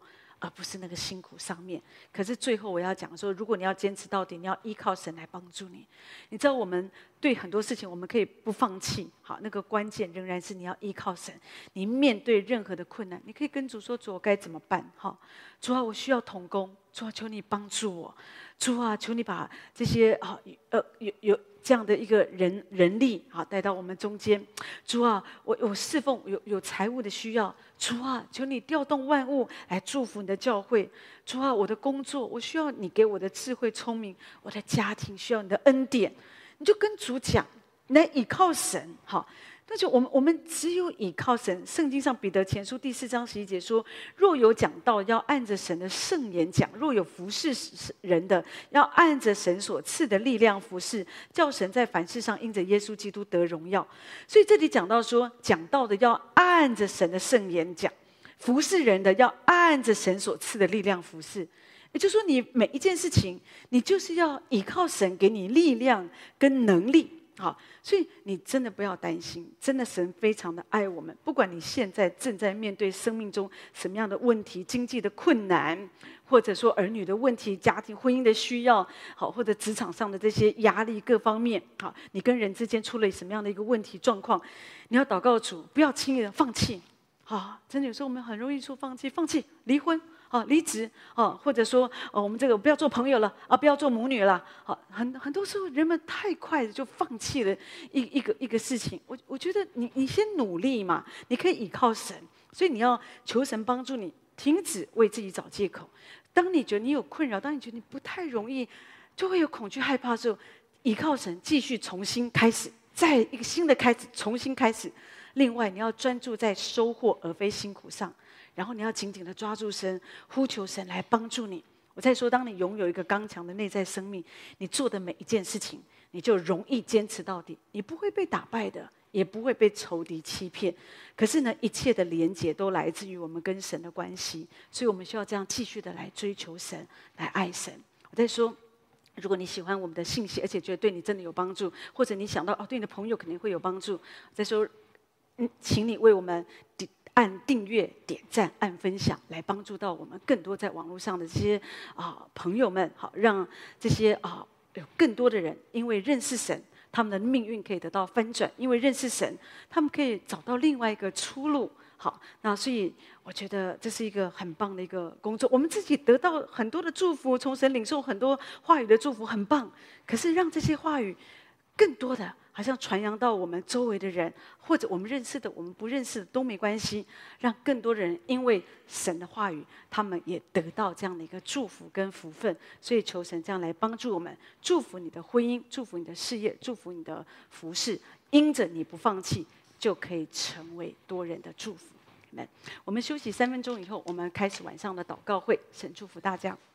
而不是那个辛苦上面。可是最后我要讲说，如果你要坚持到底，你要依靠神来帮助你。你知道我们对很多事情我们可以不放弃，好，那个关键仍然是你要依靠神。你面对任何的困难，你可以跟主说：主，我该怎么办？好，主啊，我需要同工，主啊，求你帮助我。主啊，求你把这些啊呃有有这样的一个人人力啊带到我们中间。主啊，我我侍奉有有财务的需要，主啊，求你调动万物来祝福你的教会。主啊，我的工作我需要你给我的智慧聪明，我的家庭需要你的恩典。你就跟主讲，你来倚靠神，好。但是我们我们只有倚靠神。圣经上彼得前书第四章十一节说：若有讲道，要按着神的圣言讲；若有服侍人的，要按着神所赐的力量服侍，叫神在凡事上因着耶稣基督得荣耀。所以这里讲到说，讲道的要按着神的圣言讲，服侍人的要按着神所赐的力量服侍。也就是说，你每一件事情，你就是要倚靠神给你力量跟能力。好，所以你真的不要担心，真的神非常的爱我们。不管你现在正在面对生命中什么样的问题，经济的困难，或者说儿女的问题、家庭婚姻的需要，好，或者职场上的这些压力各方面，好，你跟人之间出了什么样的一个问题状况，你要祷告主，不要轻易的放弃。好，真的有时候我们很容易说放弃，放弃离婚。哦，离职哦，或者说哦，我们这个不要做朋友了啊，不要做母女了。好，很很多时候人们太快的就放弃了一一个一个事情。我我觉得你你先努力嘛，你可以倚靠神，所以你要求神帮助你，停止为自己找借口。当你觉得你有困扰，当你觉得你不太容易，就会有恐惧害怕的时候，倚靠神，继续重新开始，再一个新的开始，重新开始。另外，你要专注在收获而非辛苦上。然后你要紧紧的抓住神，呼求神来帮助你。我在说，当你拥有一个刚强的内在生命，你做的每一件事情，你就容易坚持到底，你不会被打败的，也不会被仇敌欺骗。可是呢，一切的连结都来自于我们跟神的关系，所以我们需要这样继续的来追求神，来爱神。我在说，如果你喜欢我们的信息，而且觉得对你真的有帮助，或者你想到哦，对你的朋友肯定会有帮助，再说，嗯，请你为我们按订阅、点赞、按分享，来帮助到我们更多在网络上的这些啊朋友们，好，让这些啊有更多的人因为认识神，他们的命运可以得到翻转；因为认识神，他们可以找到另外一个出路。好，那所以我觉得这是一个很棒的一个工作。我们自己得到很多的祝福，从神领受很多话语的祝福，很棒。可是让这些话语更多的，好像传扬到我们周围的人，或者我们认识的、我们不认识的都没关系，让更多人因为神的话语，他们也得到这样的一个祝福跟福分。所以求神这样来帮助我们，祝福你的婚姻，祝福你的事业，祝福你的服事，因着你不放弃，就可以成为多人的祝福。我们休息三分钟以后，我们开始晚上的祷告会。神祝福大家。